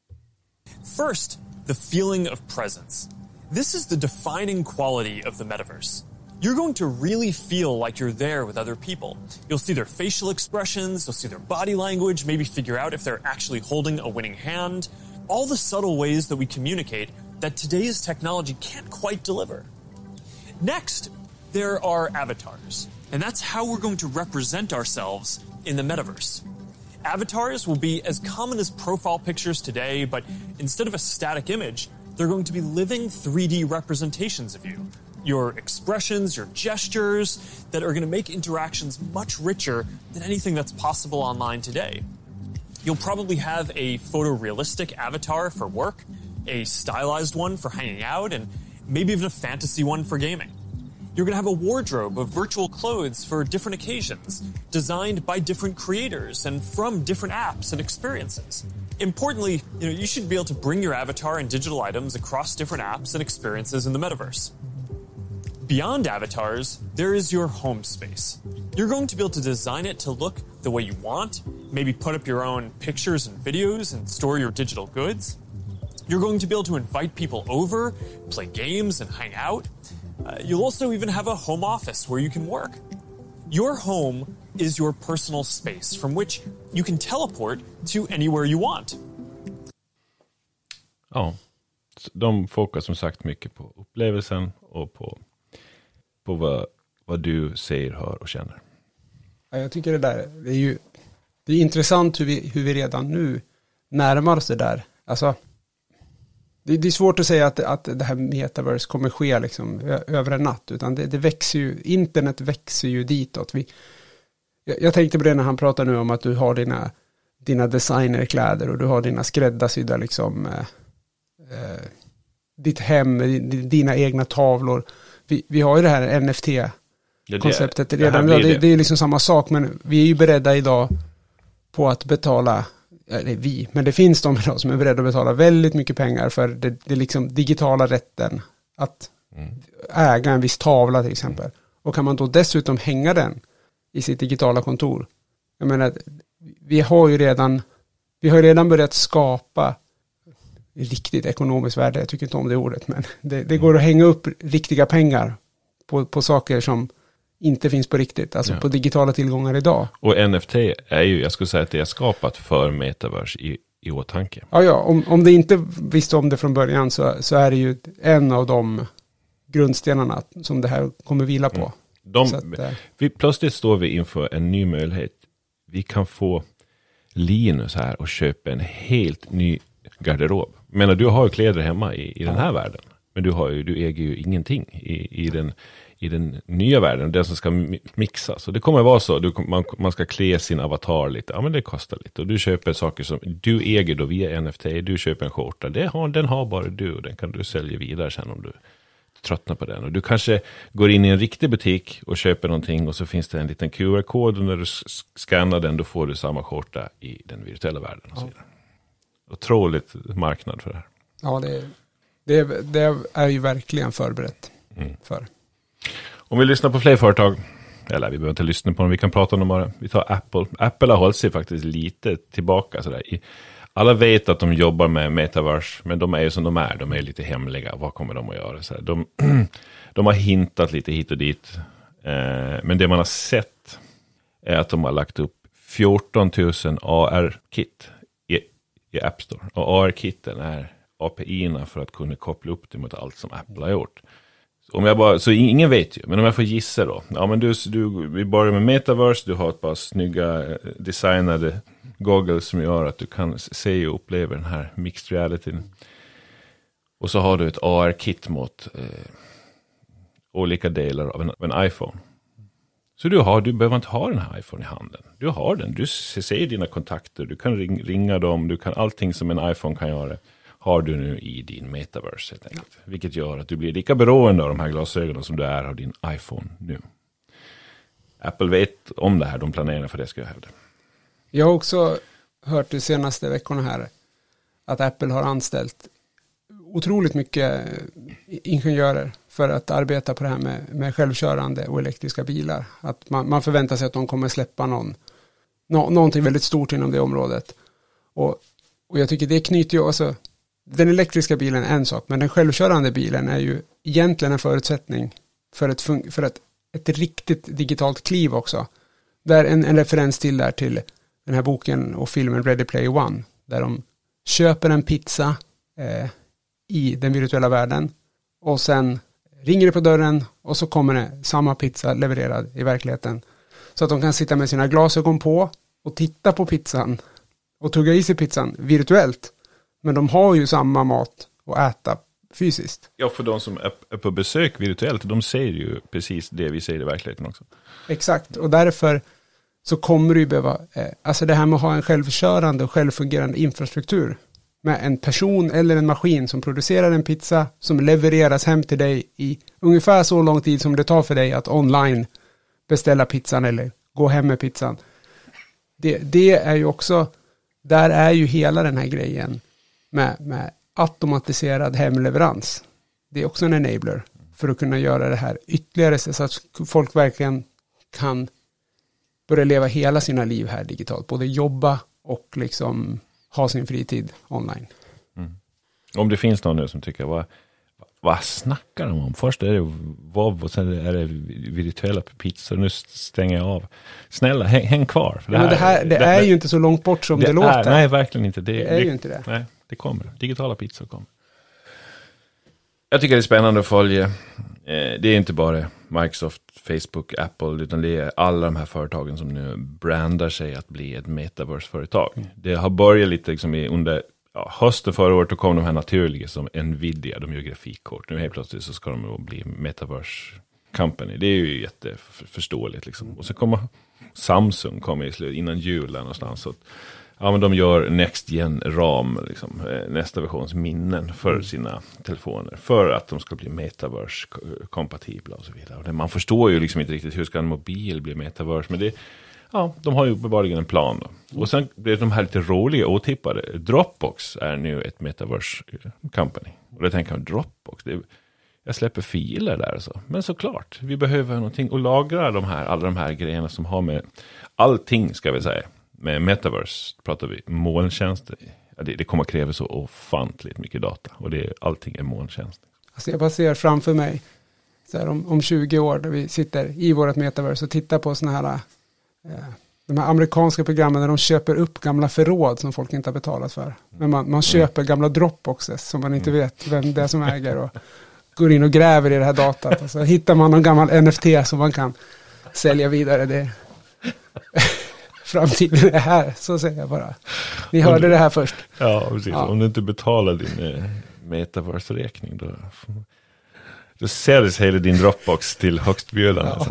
First, the feeling of presence. This is the defining quality of the metaverse. You're going to really feel like you're there with other people. You'll see their facial expressions, you'll see their body language, maybe figure out if they're actually holding a winning hand. All the subtle ways that we communicate that today's technology can't quite deliver. Next, there are avatars, and that's how we're going to represent ourselves in the metaverse. Avatars will be as common as profile pictures today, but instead of a static image, they're going to be living three D representations of you. Your expressions, your gestures, that are going to make interactions much richer than anything that's possible online today. You'll probably have a photorealistic avatar for work, a stylized one for hanging out, and maybe even a fantasy one for gaming. You're going to have a wardrobe of virtual clothes for different occasions, designed by different creators and from different apps and experiences. Importantly, you know, you should be able to bring your avatar and digital items across different apps and experiences in the metaverse. Beyond avatars, there is your home space. You're going to be able to design it to look the way you want, maybe put up your own pictures and videos and store your digital goods. You're going to be able to invite people over, play games and hang out. Uh, you'll also even have a home office where you can work. Your home is your personal space from which you can teleport to anywhere you want. Ja, de fokar som sagt mycket på upplevelsen och på, på vad, vad du ser, hör och känner. Ja, jag tycker det där, det är ju det är intressant hur vi, hur vi redan nu närmar oss det där. Alltså, det, det är svårt att säga att, att det här metaverse kommer ske liksom över en natt, utan det, det växer ju, internet växer ju ditåt. Vi, jag, jag tänkte på det när han pratar nu om att du har dina, dina designerkläder och du har dina skräddarsydda liksom eh, eh, ditt hem, dina egna tavlor. Vi, vi har ju det här N F T-konceptet ja, redan. Det, det, det är liksom samma sak, men vi är ju beredda idag på att betala, eller vi, men det finns de idag som är beredda att betala väldigt mycket pengar för det, det liksom digitala rätten att mm. äga en viss tavla till exempel. Mm. Och kan man då dessutom hänga den i sitt digitala kontor. Jag menar, vi har ju redan vi har redan börjat skapa riktigt ekonomiskt värde, jag tycker inte om det ordet, men det, det går att hänga upp riktiga pengar på, på saker som inte finns på riktigt, alltså ja. På digitala tillgångar idag. Och N F T är ju, jag skulle säga att det är skapat för metaverse i, i åtanke. Ja, ja, om, om det inte visste om det från början så, så är det ju en av de grundstenarna som det här kommer vila på. Mm. De, att, vi, plötsligt står vi inför en ny möjlighet. Vi kan få Linus här och köpa en helt ny garderob. Men du har ju kläder hemma i, i den här ja. världen. Men du, har ju, du äger ju ingenting i, i, den, i den nya världen. Den som ska mixas. Så det kommer att vara så. Du, man, man ska klä sin avatar lite. Ja, men det kostar lite. Och du köper saker som du äger då via N F T. Du köper en skjorta. Det har, den har bara du. Och den kan du sälja vidare sen om du tröttnar på den. Och du kanske går in i en riktig butik och köper någonting. Och så finns det en liten Q R-kod. Och när du scannar den då får du samma skjorta i den virtuella världen. Och så vidare. Otroligt marknad för det här. Ja, det, det, det är ju verkligen förberett mm. för. Om vi lyssnar på fler företag, eller vi behöver inte lyssna på dem, vi kan prata om dem bara. Vi tar Apple. Apple har hållit sig faktiskt lite tillbaka. Sådär. Alla vet att de jobbar med metaverse, men de är ju som de är. De är lite hemliga. Vad kommer de att göra? Sådär. De, de har hintat lite hit och dit. Eh, men det man har sett är att de har lagt upp fjorton tusen A R-kit i App Store. Och A R-kitten är A P I-erna för att kunna koppla upp det mot allt som Apple har gjort. Så, om jag bara, så ingen vet ju, men om jag får gissa då. Ja, men du, du, vi börjar med metaverse, du har ett par snygga designade goggles som gör att du kan se och uppleva den här mixed realityn. Och så har du ett A R-kit mot eh, olika delar av en, av en iPhone. Så du, har, du behöver inte ha den här iPhone i handen. Du har den, du ser dina kontakter, du kan ring, ringa dem, du kan allting som en iPhone kan göra. Har du nu i din metaverse helt enkelt. Ja. Vilket gör att du blir lika beroende av de här glasögonen som du är av din iPhone nu. Apple vet om det här, de planerar för det, ska jag hävda. Jag har också hört de senaste veckorna här att Apple har anställt otroligt mycket ingenjörer för att arbeta på det här med, med självkörande och elektriska bilar. Att man, man förväntar sig att de kommer släppa någon, nå, någonting väldigt stort inom det området. Och, och jag tycker det knyter ju, alltså, den elektriska bilen är en sak, men den självkörande bilen är ju egentligen en förutsättning för ett, för ett, ett riktigt digitalt kliv också. Där en, en referens till där till den här boken och filmen Ready Player One, där de köper en pizza eh, i den virtuella världen och sen ringer det på dörren och så kommer det samma pizza levererad i verkligheten. Så att de kan sitta med sina glasögon på och titta på pizzan och tugga i sig pizzan virtuellt. Men de har ju samma mat att äta fysiskt. Ja, för de som är på besök virtuellt, de ser ju precis det vi ser i verkligheten också. Exakt, och därför så kommer du ju behöva, eh, alltså det här med att ha en självkörande och självfungerande infrastruktur med en person eller en maskin som producerar en pizza som levereras hem till dig i ungefär så lång tid som det tar för dig att online beställa pizzan eller gå hem med pizzan. Det, det är ju också, där är ju hela den här grejen med, med automatiserad hemleverans. Det är också en enabler för att kunna göra det här ytterligare så att folk verkligen kan börja leva hela sina liv här digitalt. Både jobba och liksom ha sin fritid online. Mm. Om det finns någon nu som tycker, vad, vad snackar de om? Först är det Vov och sen är det virtuella pizzor. Nu stänger jag av. Snälla, häng, häng kvar. För det, Men här, det, här, det, det är ju inte så långt bort som det, det låter. Är, nej, verkligen inte. Det, det är det, ju inte det. Nej, det kommer. Digitala pizzor kommer. Jag tycker det är spännande att följa. Det är inte bara Microsoft, Facebook, Apple, utan det är alla de här företagen som nu brandar sig att bli ett metaverse-företag. Mm. Det har börjat lite liksom under ja, hösten förra året, då kom de här naturliga som Nvidia, de gör grafikkort. Nu helt plötsligt så ska de bli metaverse company. Det är ju jätteförståeligt liksom. Och så kommer Samsung kommer innan jul där någonstans. Så att, ja, men de gör Next Gen RAM, liksom, nästa versions minnen för sina telefoner. För att de ska bli metaverse-kompatibla och så vidare. Och man förstår ju liksom inte riktigt hur ska en mobil bli metaverse. Men det, ja, de har ju uppenbarligen en plan då. Och sen blir de här lite roliga otippade. Dropbox är nu ett metaverse-company. Och då tänker jag, Dropbox, det är, jag släpper filer där och så. Men såklart, vi behöver någonting att lagra de här, alla de här grejerna som har med allting, ska vi säga. Med metaverse pratar vi molntjänster. Ja, det, det kommer att kräva så ofantligt mycket data. Och det, allting är molntjänst. Alltså jag bara ser framför mig så här, om, om tjugo år där vi sitter i vårt metaverse och tittar på såna här eh, de här amerikanska programmen där de köper upp gamla förråd som folk inte har betalat för. Men man, man köper mm. gamla Dropboxes som man inte mm. vet vem det är som äger och går in och gräver i det här datat. Och så hittar man någon gammal N F T som man kan sälja vidare. Det framtiden är här, så säger jag bara. Ni hörde du, det här först. Ja, precis. Ja. Om du inte betalar din eh, metaverse-räkning då, då säljs hela din Dropbox till högstbjudande. Ja. Alltså.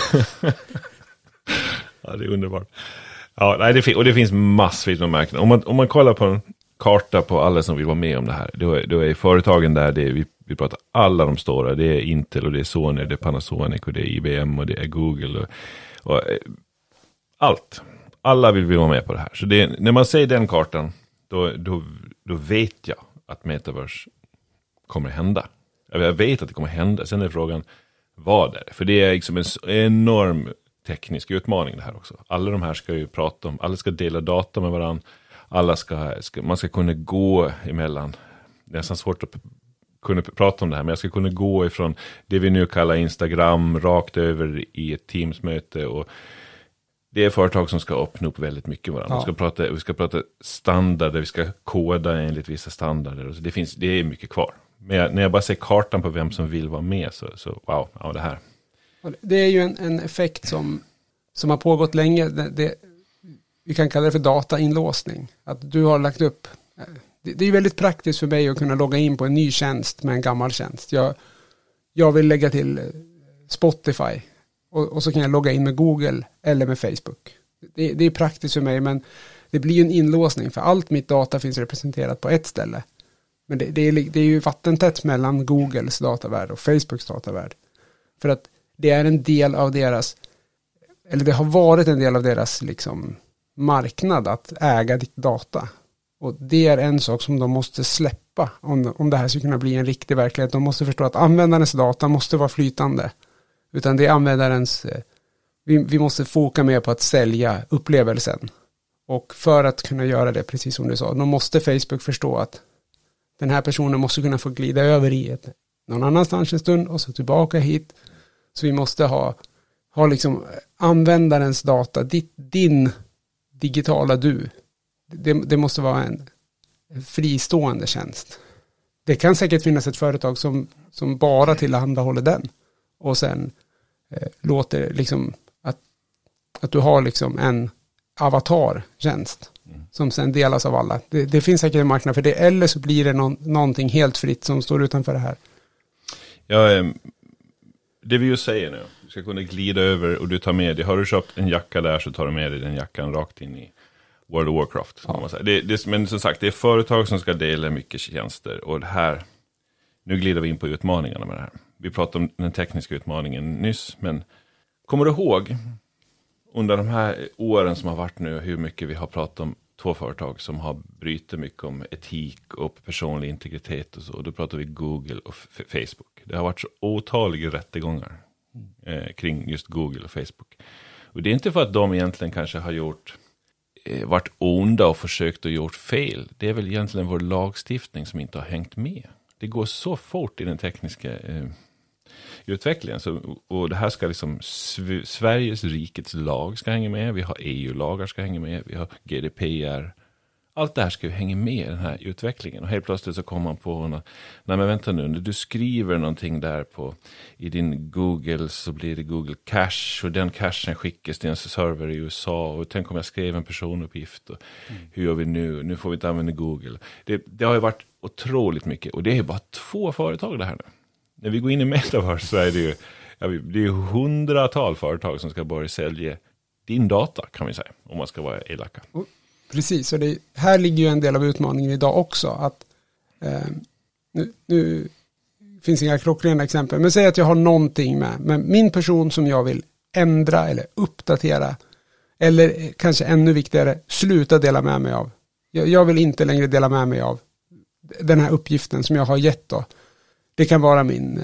Ja, det är underbart. Ja, nej, det, och det finns massvis av märken. Om man, om man kollar på en karta på alla som vill vara med om det här, då är, då är företagen där, det är, vi, vi pratar alla de stora, det är Intel och det är Sony, det är Panasonic och det är I B M och det är Google och, och allt. Alla vill vi vara med på det här. Så det, när man säger den kartan, då, då, då vet jag att metaverse kommer att hända. Jag vet att det kommer att hända. Sen är frågan, vad är det? För det är liksom en enorm teknisk utmaning det här också. Alla de här ska ju prata om, alla ska dela data med varandra. Alla ska, ska man ska kunna gå emellan. Det är nästan svårt att kunna prata om det här, men jag ska kunna gå ifrån det vi nu kallar Instagram rakt över i ett Teams-möte, och det är företag som ska öppna upp väldigt mycket varandra. Ja. Vi ska prata, vi ska prata standarder, vi ska koda enligt vissa standarder. Och så det, finns, det är mycket kvar. Men jag, när jag bara ser kartan på vem som vill vara med, så, så wow, ja, det här. Det är ju en, en effekt som, som har pågått länge. Det, det, vi kan kalla det för datainlåsning. Att du har lagt upp. Det, det är väldigt praktiskt för mig att kunna logga in på en ny tjänst med en gammal tjänst. Jag, jag vill lägga till Spotify. Och, och så kan jag logga in med Google eller med Facebook. Det, det är praktiskt för mig, men det blir ju en inlåsning, för allt mitt data finns representerat på ett ställe. Men det, det, är, det är ju vattentätt mellan Googles datavärld och Facebooks datavärld. För att det är en del av deras, eller det har varit en del av deras liksom marknad att äga ditt data. Och det är en sak som de måste släppa om, om det här ska kunna bli en riktig verklighet. De måste förstå att användarens data måste vara flytande. Utan det är användarens, vi, vi måste foka mer på att sälja upplevelsen. Och för att kunna göra det, precis som du sa, då måste Facebook förstå att den här personen måste kunna få glida över i ett, någon annanstans en stund och så tillbaka hit. Så vi måste ha, ha liksom användarens data, ditt, din digitala du. Det, det måste vara en fristående tjänst. Det kan säkert finnas ett företag som, som bara tillhandahåller den. Och sen eh, låter liksom att, att du har liksom en avatartjänst mm. som sen delas av alla. Det, det finns säkert en marknad för det, eller så blir det någon, någonting helt fritt som står utanför det här. Ja, det vi ju säger nu, du ska kunna glida över och du tar med dig, har du köpt en jacka där så tar du med dig den jackan rakt in i World of Warcraft. Ja. Man säga. Det, det, men som sagt, det är företag som ska dela mycket tjänster och det här, nu glider vi in på utmaningarna med det här. Vi pratade om den tekniska utmaningen nyss, men kommer du ihåg under de här åren som har varit nu hur mycket vi har pratat om två företag som har bryter mycket om etik och personlig integritet och så. Då pratar vi Google och F- Facebook. Det har varit så otaliga rättegångar eh, kring just Google och Facebook. Och det är inte för att de egentligen kanske har gjort eh, varit onda och försökt och gjort fel. Det är väl egentligen vår lagstiftning som inte har hängt med. Det går så fort i den tekniska eh, utvecklingen. Så, och det här ska liksom Sv- Sveriges rikets lag ska hänga med. Vi har E U-lagar ska hänga med. Vi har G D P R. Allt det här ska ju hänga med i den här utvecklingen. Och helt plötsligt så kommer man på nej men vänta nu, när du skriver någonting där på i din Google så blir det Google Cache och den cachen skickas till en server i U S A och tänk om jag skrev en personuppgift och mm. hur gör vi nu? Nu får vi inte använda Google. Det, det har ju varit otroligt mycket och det är ju bara två företag det här nu. När vi går in i Metaverse så är det ju ja, det är ju hundratal företag som ska börja sälja din data kan vi säga, om man ska vara elaka. Mm. Precis, och det, här ligger ju en del av utmaningen idag också. Att, eh, nu, nu finns inga klockrena exempel, men säg att jag har någonting med, med min person som jag vill ändra eller uppdatera. Eller kanske ännu viktigare, sluta dela med mig av. Jag, jag vill inte längre dela med mig av den här uppgiften som jag har gett då. Det kan vara min,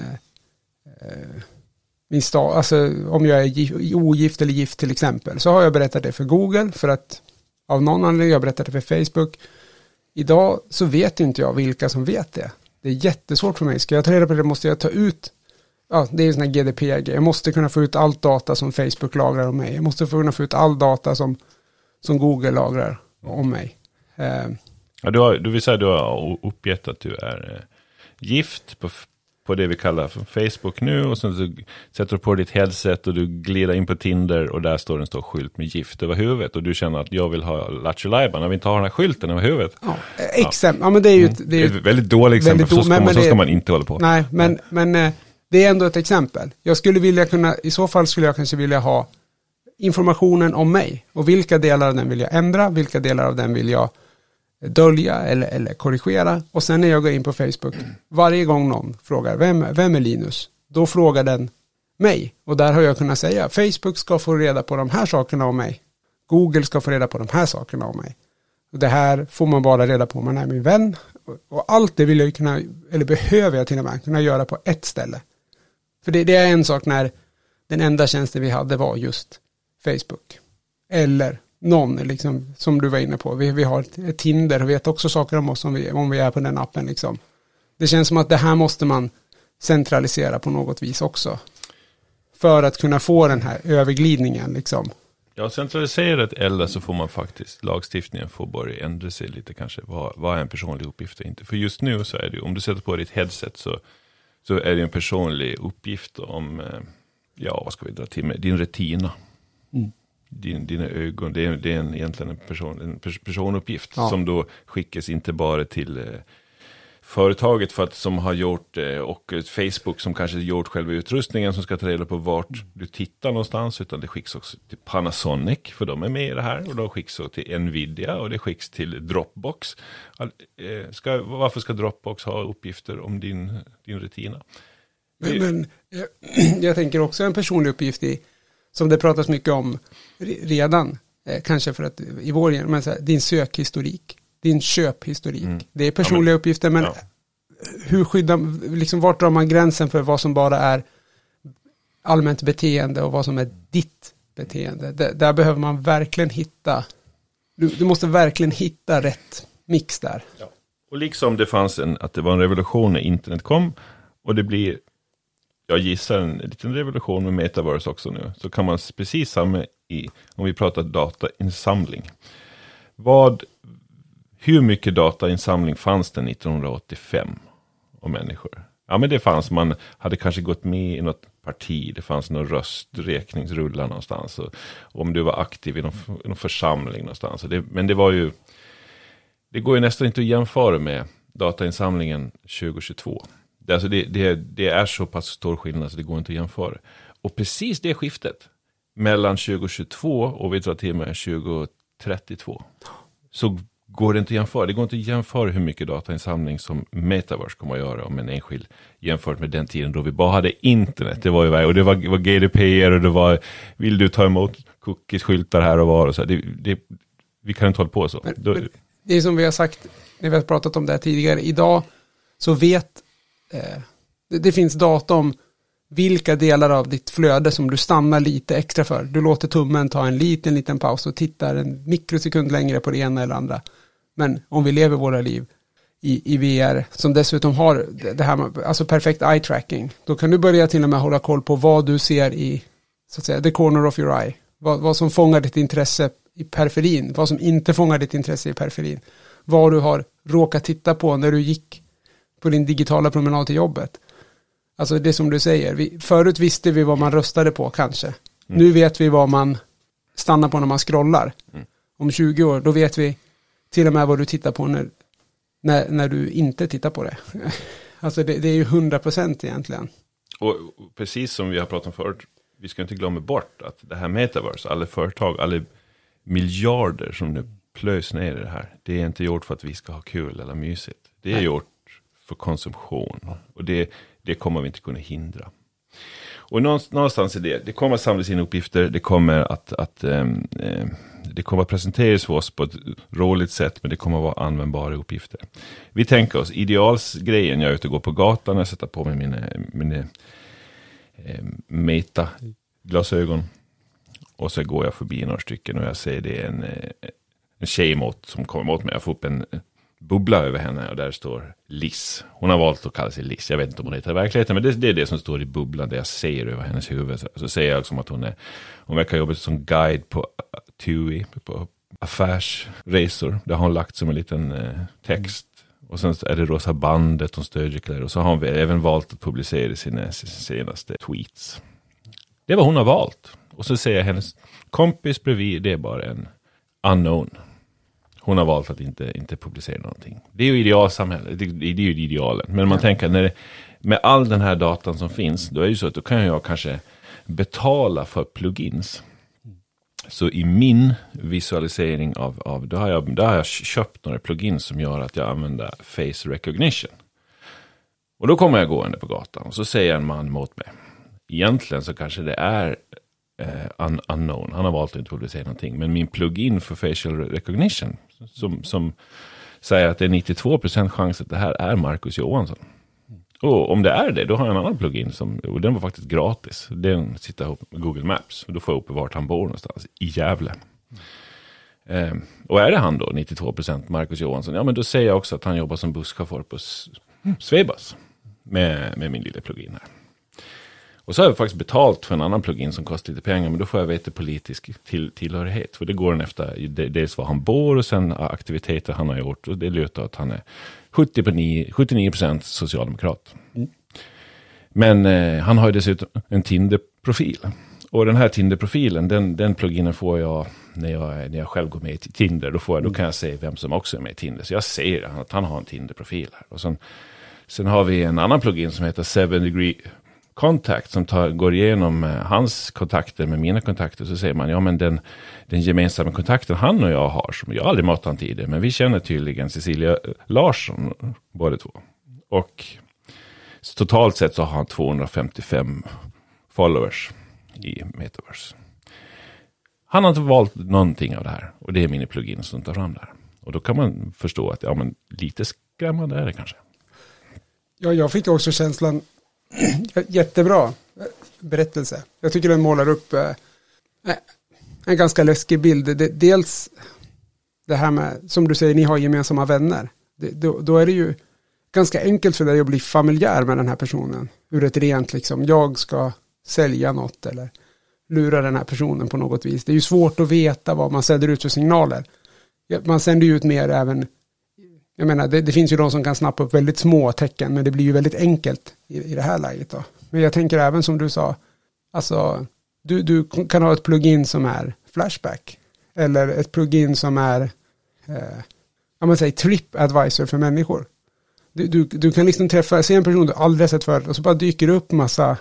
eh, min sta, alltså om jag är ogift eller gift till exempel. Så har jag berättat det för Google för att av någon anledning, jag berättade för Facebook. Idag så vet inte jag vilka som vet det. Det är jättesvårt för mig. Ska jag ta reda på det måste jag ta ut, ja det är en sån här G D P R-grej. Jag måste kunna få ut allt data som Facebook lagrar om mig. Jag måste kunna få ut all data som, som Google lagrar om mig. Eh. Ja, du, har, du vill säga att du har uppgett att du är eh, gift på på det vi kallar för Facebook nu och sen så sätter du på ditt headset och du glider in på Tinder och där står en stor skylt med gift över huvudet och du känner att jag vill ha Lattjo Lajban när vi inte har den här skylten över huvudet. Ja, exempel. Ja, men det är ju ett, det är ett väldigt dåligt exempel, väldigt så, ska men, man, men så ska det, man inte hålla på. Nej, men, ja. men eh, det är ändå ett exempel. Jag skulle vilja kunna, i så fall skulle jag kanske vilja ha informationen om mig och vilka delar av den vill jag ändra, vilka delar av den vill jag dölja eller, eller korrigera och sen när jag går in på Facebook varje gång någon frågar vem, vem är Linus, då frågar den mig och där har jag kunnat säga Facebook ska få reda på de här sakerna om mig, Google ska få reda på de här sakerna om mig och det här får man bara reda på om man är min vän och, och allt det vill jag kunna, eller behöver jag till och med kunna göra på ett ställe för det, det är en sak när den enda tjänsten vi hade var just Facebook eller någon liksom, som du var inne på. Vi, vi har ett, ett Tinder och vet också saker om oss om vi, om vi är på den appen. Liksom. Det känns som att det här måste man centralisera på något vis också. För att kunna få den här överglidningen. Liksom. Ja, centraliserat eller så får man faktiskt, lagstiftningen får börja ändra sig lite kanske. Vad, vad är en personlig uppgift och inte? För just nu så är det, om du sätter på ditt headset så, så är det en personlig uppgift om, ja vad ska vi dra till med, din retina. Mm. Din, dina ögon, det är, det är en, egentligen en, person, en pers- personuppgift ja. Som då skickas inte bara till eh, företaget för att, som har gjort och Facebook som kanske gjort själva utrustningen som ska ta reda på vart du tittar någonstans, utan det skickas också till Panasonic för de är med i det här, och de skickas också till Nvidia och det skickas till Dropbox. Ska, varför ska Dropbox ha uppgifter om din, din retina? Men, men jag, jag tänker också en personlig uppgift i, som det pratas mycket om redan, eh, kanske för att i vår, men så här, din sökhistorik, din köphistorik. Mm. Det är personliga ja, men, uppgifter, men ja. hur skyddar, liksom vart drar man gränsen för vad som bara är allmänt beteende och vad som är ditt beteende? D- där behöver man verkligen hitta, du, du måste verkligen hitta rätt mix där. Ja. Och liksom det fanns en, att det var en revolution när internet kom, och det blir, jag gissar en liten revolution med metaverse också nu, så kan man precis samma i, om vi pratar datainsamling. Vad, hur mycket datainsamling fanns det nittonhundraåttiofem om människor? Ja, men det fanns, man hade kanske gått med i något parti, det fanns någon rösträkningsrullar någonstans, och, och om du var aktiv i någon, i någon församling någonstans. Det, men det var ju, det går ju nästan inte att jämföra med datainsamlingen tjugohundratjugotvå. Det, alltså det, det, det är så pass stor skillnad så det går inte att jämföra. Och precis det skiftet mellan tjugohundratjugotvå och vi drar till med tjugohundratrettiotvå, så går det inte att jämföra. Det går inte att jämföra hur mycket datainsamling som metaverse kommer att göra om en enskild jämfört med den tiden då vi bara hade internet. Det var ju, och det var, var G D P R och det var, vill du ta emot cookies-skyltar här och var och så. Det, det, vi kan inte hålla på så. Men, men det är som vi har sagt när vi har pratat om det här tidigare. Idag så vet eh, det, det finns data om vilka delar av ditt flöde som du stannar lite extra för. Du låter tummen ta en liten, liten paus och tittar en mikrosekund längre på det ena eller andra. Men om vi lever våra liv i, i V R, som dessutom har det här med, alltså perfekt eye tracking, då kan du börja till och med hålla koll på vad du ser i, så att säga, the corner of your eye. Vad, vad som fångar ditt intresse i periferin, vad som inte fångar ditt intresse i periferin. Vad du har råkat titta på när du gick på din digitala promenad till jobbet. Alltså det som du säger, vi, förut visste vi vad man röstade på kanske. Mm. Nu vet vi vad man stannar på när man scrollar. Mm. Om tjugo år, då vet vi till och med vad du tittar på när, när, när du inte tittar på det. Alltså det, det är ju hundra procent egentligen. Och, och precis som vi har pratat om förut, vi ska inte glömma bort att det här metaverse, alla företag, alla miljarder som nu plöjs ner i det här, det är inte gjort för att vi ska ha kul eller mysigt. Det är Nej. gjort för konsumtion. Och det, det kommer vi inte kunna hindra. Och någonstans är det, det kommer att samlas in uppgifter, det kommer att, att eh, det kommer att presenteras för oss på ett roligt sätt, men det kommer att vara användbara uppgifter. Vi tänker oss idealsgrejen, jag är ute och går på gatan, jag sätter på mig mina, mina eh, meta-glasögon och så går jag förbi några stycken och jag ser det är en, en tjej mot, som kommer mot mig, jag får upp en bubbla över henne och där står Liz. Hon har valt att kalla sig Liz. Jag vet inte om hon heter i verkligheten, men det, det är det som står i bubblan där jag ser över hennes huvud. Så, så säger jag som att hon är, hon verkar jobba som guide på T U I, på affärsresor. Där har hon lagt som en liten eh, text. Och sen är det Rosa bandet hon stödjer, och så har hon även valt att publicera sina senaste tweets. Det är vad hon har valt. Och så säger hennes kompis bredvid, det är bara en unknown. Hon har valt att inte, inte publicera någonting. Det är ju idealsamhället, det, det är ju idealen. Men man ja. tänker, när det, med all den här datan som finns, då är det ju så att då kan jag kanske betala för plugins. Så i min visualisering av, av då, har jag, då har jag köpt några plugins som gör att jag använder face recognition. Och då kommer jag gående på gatan och så säger en man mot mig. Egentligen så kanske det är Uh, un- unknown. Han har valt att inte publicera någonting. Men min plugin för facial recognition som, som säger att det är nittiotvå procent chans att det här är Marcus Johansson. Och om det är det, då har jag en annan plugin som, och den var faktiskt gratis. Den sitter ihop med Google Maps och då får jag upp vart han bor någonstans. I Gävle. Mm. Uh, och är det han då, nittiotvå procent Marcus Johansson, ja men då säger jag också att han jobbar som busschaufför på S- Svebas med, med min lilla plugin här. Och så har jag faktiskt betalt för en annan plugin som kostar lite pengar, men då får jag veta politisk till, tillhörighet. För det går den efter dels var han bor och sen aktiviteter han har gjort. Och det lutar att han är sjuttionio procent socialdemokrat. Mm. Men eh, han har ju dessutom en Tinder-profil. Och den här Tinder-profilen, den, den pluginen får jag när jag, när jag själv går med i Tinder. Då, får jag, då kan jag se vem som också är med i Tinder. Så jag ser att han har en Tinder-profil här. Och sen, sen har vi en annan plugin som heter seven degree Contact som tar, går igenom eh, hans kontakter med mina kontakter. Så säger man, ja men den, den gemensamma kontakten han och jag har, som jag aldrig matat han tidigare, men vi känner tydligen Cecilia Larsson båda två. Och totalt sett så har han tvåhundrafemtiofem followers i Metaverse. Han har inte valt någonting av det här. Och det är min plugin som tar fram där. Och då kan man förstå att ja, men lite skrämmande är det kanske. Ja, jag fick också känslan jättebra berättelse. Jag tycker den målar upp eh, en ganska läskig bild. Det, dels det här med, som du säger, ni har gemensamma vänner. Det, då, då är det ju ganska enkelt för dig att bli familjär med den här personen. Ur ett rent liksom, jag ska sälja något eller lura den här personen på något vis. Det är ju svårt att veta vad man sänder ut för signaler. Man sänder ju ut mer även, jag menar, det, det finns ju de som kan snappa upp väldigt små tecken, men det blir ju väldigt enkelt i, i det här läget då. Men jag tänker även som du sa, alltså, du, du kan ha ett plugin som är Flashback, eller ett plugin som är eh, jag måste säga Trip Advisor för människor. Du, du, du kan liksom träffa, se en person du aldrig sett förut och så bara dyker det upp massa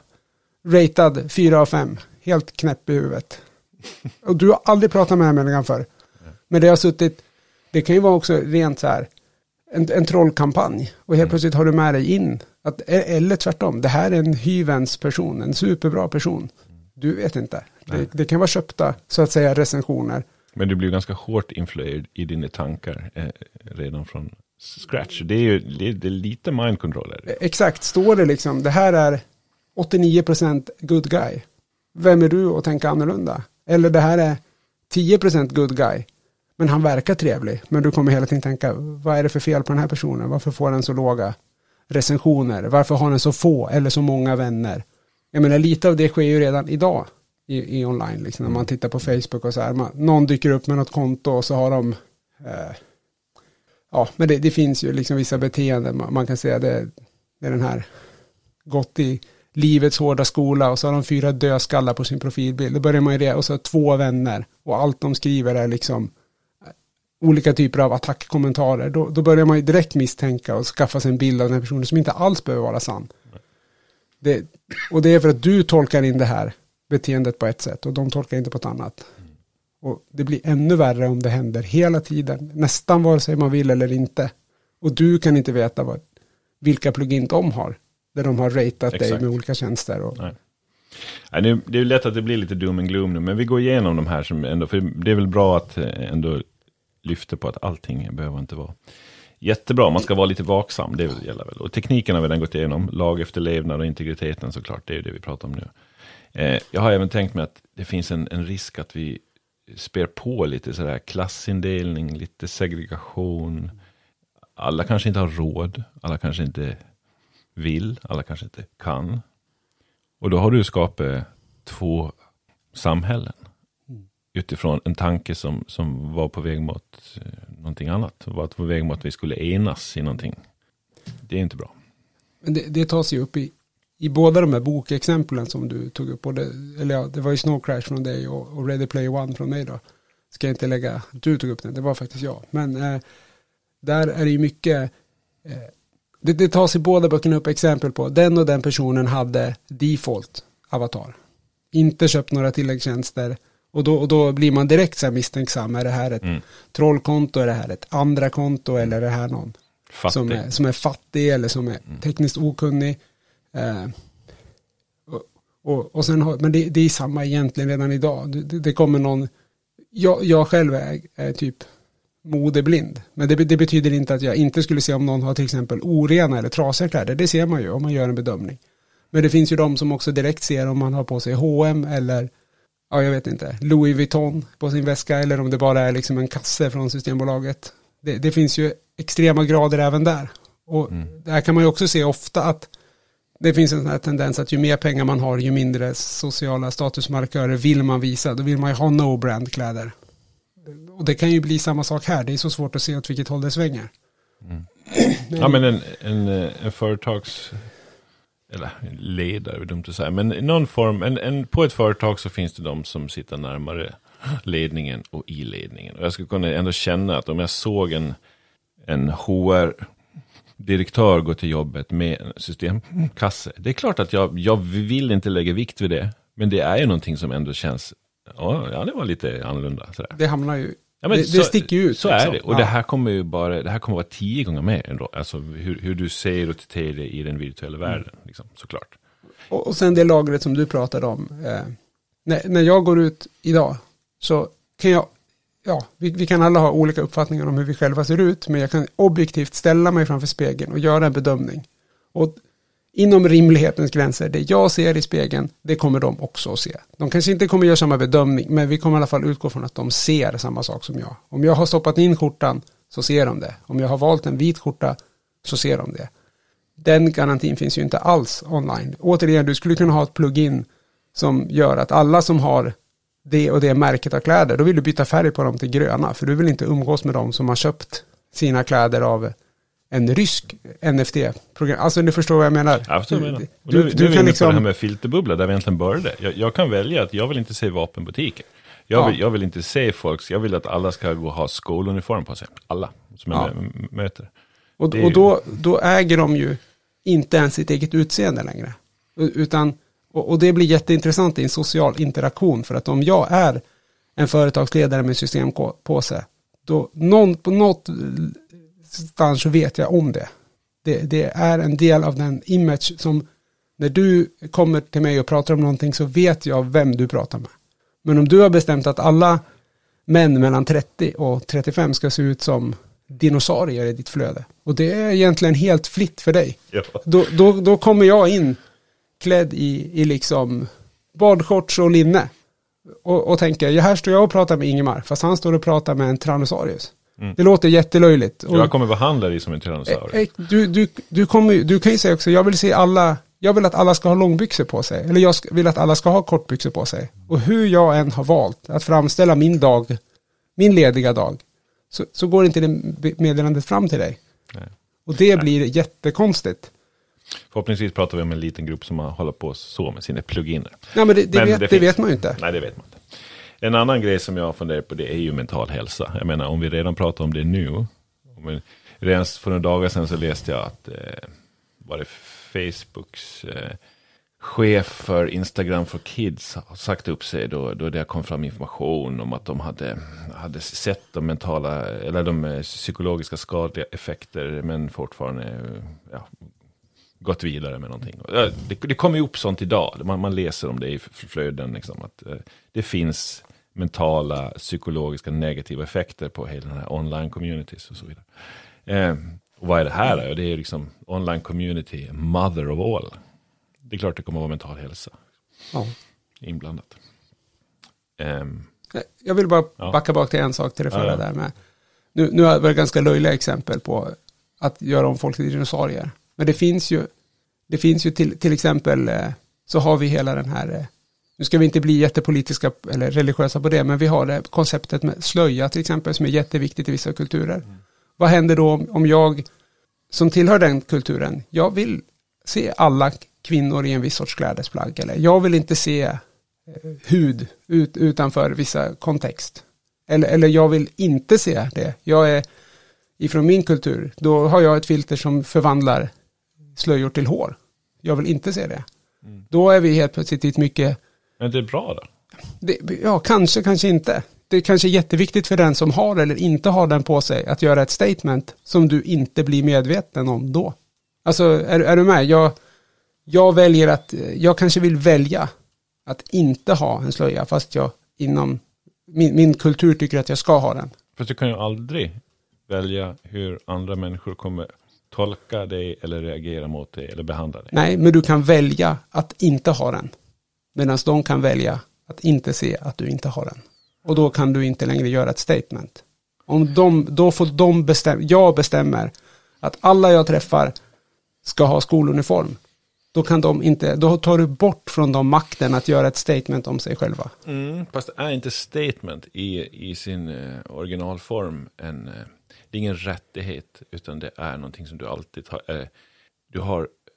ratad fyra av fem, helt knäpp i huvudet. Och du har aldrig pratat med en människan förr. Men det har suttit, det kan ju vara också rent så här en, en trollkampanj och helt plötsligt har du med dig in att, eller tvärtom, det här är en hyvens person, en superbra person. Du vet inte. Det, det kan vara köpta, så att säga, recensioner. Men du blir ganska hårt influerad i dina tankar eh, redan från scratch. Det är ju det, det är lite mind controller. Exakt, står det liksom, det här är åttionio procent good guy. Vem är du att tänka annorlunda? Eller det här är tio procent good guy. Men han verkar trevlig. Men du kommer hela tiden tänka, vad är det för fel på den här personen? Varför får den så låga recensioner? Varför har den så få eller så många vänner? Jag menar, lite av det sker ju redan idag i, i online. Liksom, när man tittar på Facebook och så här. Man, någon dyker upp med något konto och så har de... Eh, ja, men det, det finns ju liksom vissa beteenden. Man, man kan säga det, det är den här gått i livets hårda skola och så har de fyra dödskallar på sin profilbild. Då börjar man ju det och så har två vänner och allt de skriver är liksom olika typer av attackkommentarer. Då, då börjar man ju direkt misstänka och skaffa sig en bild av den här personen som inte alls behöver vara sann. Det, och det är för att du tolkar in det här beteendet på ett sätt och de tolkar inte på ett annat. Och det blir ännu värre om det händer hela tiden. Nästan vare sig man vill eller inte. Och du kan inte veta vad, vilka plugin de har. Där de har ratat Exakt. dig med olika tjänster. Och... Nej. Nej, det, är, det är lätt att det blir lite doom and gloom nu. Men vi går igenom de här som ändå. För det är väl bra att ändå lyfta på att allting behöver inte vara jättebra. Man ska vara lite vaksam. Det gäller väl. Och tekniken har vi redan gått igenom. Lag efterlevnad och integriteten såklart. Det är ju det vi pratar om nu. Eh, jag har även tänkt mig att det finns en, en risk att vi spär på lite sådär klassindelning, lite segregation. Alla kanske inte har råd. Alla kanske inte vill. Alla kanske inte kan. Och då har du skapat två samhällen. Utifrån en tanke som, som var på väg mot eh, någonting annat. Var på väg mot att vi skulle enas i någonting. Det är inte bra. Men det, det tas ju upp i, i båda de här bokexemplen som du tog upp. Både, eller ja, det var ju Snow Crash från dig och, och Ready Player One från mig då. Ska jag inte lägga, du tog upp den, det var faktiskt jag. Men eh, där är det ju mycket, eh, det, det tas i båda böckerna upp exempel på den och den personen hade default avatar. Inte köpt några tilläggstjänster. Och då, och då blir man direkt så här misstänksam. Är det här ett mm. trollkonto? Är det här ett andra konto? Eller är det här någon som är, som är fattig eller som är mm. tekniskt okunnig? Eh, och, och, och sen har, men det, det är samma egentligen redan idag. Det, det kommer någon... Jag, jag själv är, är typ modeblind. Men det, det betyder inte att jag inte skulle se om någon har till exempel orena eller trasiga kläder. Det ser man ju om man gör en bedömning. Men det finns ju de som också direkt ser om man har på sig H och M eller... Ja, jag vet inte. Louis Vuitton på sin väska eller om det bara är liksom en kasse från Systembolaget. Det, det finns ju extrema grader även där. Och mm. där kan man ju också se ofta att det finns en sån här tendens att ju mer pengar man har, ju mindre sociala statusmarkörer vill man visa. Då vill man ju ha no-brand-kläder. Och det kan ju bli samma sak här. Det är så svårt att se åt vilket håll det svänger. Mm. Ja, men en, en, en företags... eller ledare, är dumt att säga, men i någon form, en, en, på ett företag så finns det de som sitter närmare ledningen och i ledningen. Och jag skulle kunna ändå känna att om jag såg en, en H R-direktör gå till jobbet med en systemkasse, det är klart att jag, jag vill inte lägga vikt vid det, men det är ju någonting som ändå känns, ja, det var lite annorlunda. Sådär. Det hamnar ju, ja, men det, så, det sticker ju ut. Så liksom. är det, och ja. det här kommer ju bara, det här kommer vara tio gånger mer ändå. Alltså hur, hur du ser och tittar det i den virtuella världen, liksom, såklart. Och, och sen det lagret som du pratade om, eh, när, när jag går ut idag så kan jag, ja, vi, vi kan alla ha olika uppfattningar om hur vi själva ser ut, men jag kan objektivt ställa mig framför spegeln och göra en bedömning. Och inom rimlighetens gränser, det jag ser i spegeln, det kommer de också att se. De kanske inte kommer göra samma bedömning, men vi kommer i alla fall utgå från att de ser samma sak som jag. Om jag har stoppat in skjortan så ser de det. Om jag har valt en vit skjorta så ser de det. Den garantin finns ju inte alls online. Återigen, du skulle kunna ha ett plugin som gör att alla som har det och det märket av kläder, då vill du byta färg på dem till gröna, för du vill inte umgås med dem som har köpt sina kläder av en rysk N F T-program. Alltså du förstår vad jag menar. Ja, jag menar. Du, du, du, du, du kan kan liksom... på det här liksom... med filterbubbla där vi egentligen började. Jag, jag kan välja att jag vill inte se vapenbutiker. Jag vill, ja. jag vill inte se folk, jag vill att alla ska gå och ha skoluniform på sig. Alla som jag ja. möter. Och, ju... och då, då äger de ju inte ens sitt eget utseende längre. Utan, och, och det blir jätteintressant i en social interaktion, för att om jag är en företagsledare med systempåse, då någon, på något stans så vet jag om det. det. Det är en del av den image som, när du kommer till mig och pratar om någonting så vet jag vem du pratar med. Men om du har bestämt att alla män mellan trettio och trettiofem ska se ut som dinosaurier i ditt flöde, och det är egentligen helt fritt för dig, ja. då, då, då kommer jag in klädd i, i liksom badshorts och linne och, och tänker, ja, här står jag och pratar med Ingemar, fast han står och pratar med en Tyrannosaurus. Mm. Det låter jättelöjligt. Och jag kommer behandla dig som en Tyrannosaurus. Du, du, du, kommer, du kan ju säga också, jag vill se alla, jag vill att alla ska ha långbyxor på sig, eller jag vill att alla ska ha kortbyxor på sig. Och hur jag än har valt att framställa min dag, min lediga dag, så, så går inte det meddelandet fram till dig. Nej. Och det Nej. blir jättekonstigt. Förhoppningsvis pratar vi om en liten grupp som har hållit på så med sina pluginer. Nej, men det, det, men vet, det, det vet man ju inte. Nej, det vet man inte. En annan grej som jag funderar på, det är ju mental hälsa. Jag menar, om vi redan pratar om det nu. Om vi, redan för några dagar sedan så läste jag att eh, var det Facebooks eh, chef för Instagram for Kids har sagt upp sig då, då det kom fram information om att de hade, hade sett de mentala, eller de psykologiska skadliga effekter, men fortfarande ja, gått vidare med någonting. Det, det kommer ju upp sånt idag. Man, man läser om det i flöden liksom, att eh, det finns mentala, psykologiska negativa effekter på hela den här online communities och så vidare. Eh, och vad är det här då? Det är liksom online community, mother of all. Det är klart det kommer att vara mental hälsa ja. inblandat. Um, jag vill bara ja. backa bak till en sak till det förra ja, ja. där med. Nu, nu har vi ganska löjliga exempel på att göra om folk till dinosaurier. Men det finns ju, det finns ju till, till exempel så har vi hela den här, nu ska vi inte bli jättepolitiska eller religiösa på det, men vi har det konceptet med slöja till exempel som är jätteviktigt i vissa kulturer. Mm. Vad händer då om, om jag som tillhör den kulturen, jag vill se alla kvinnor i en viss sorts klädesplagg, eller jag vill inte se eh, hud ut, utanför vissa kontext, eller, eller jag vill inte se det, jag är ifrån min kultur, då har jag ett filter som förvandlar slöjor till hår, jag vill inte se det. Mm. Då är vi helt plötsligt i ett mycket... Men det är bra då? Det, ja, kanske, kanske inte. Det är kanske jätteviktigt för den som har eller inte har den på sig att göra ett statement som du inte blir medveten om då. Alltså, är, är du med? Jag, jag väljer att, jag kanske vill välja att inte ha en slöja, fast jag inom min, min kultur tycker att jag ska ha den. Fast du kan ju aldrig välja hur andra människor kommer tolka dig eller reagera mot dig eller behandla dig. Nej, men du kan välja att inte ha den. Medan de kan välja att inte se att du inte har den. Och då kan du inte längre göra ett statement. Om de, då får de bestämma, jag bestämmer att alla jag träffar ska ha skoluniform. Då kan de inte, då tar du bort från dem makten att göra ett statement om sig själva. Mm, fast är inte statement i, i sin eh, originalform en, eh, det är ingen rättighet, utan det är någonting som du alltid har, eh, du har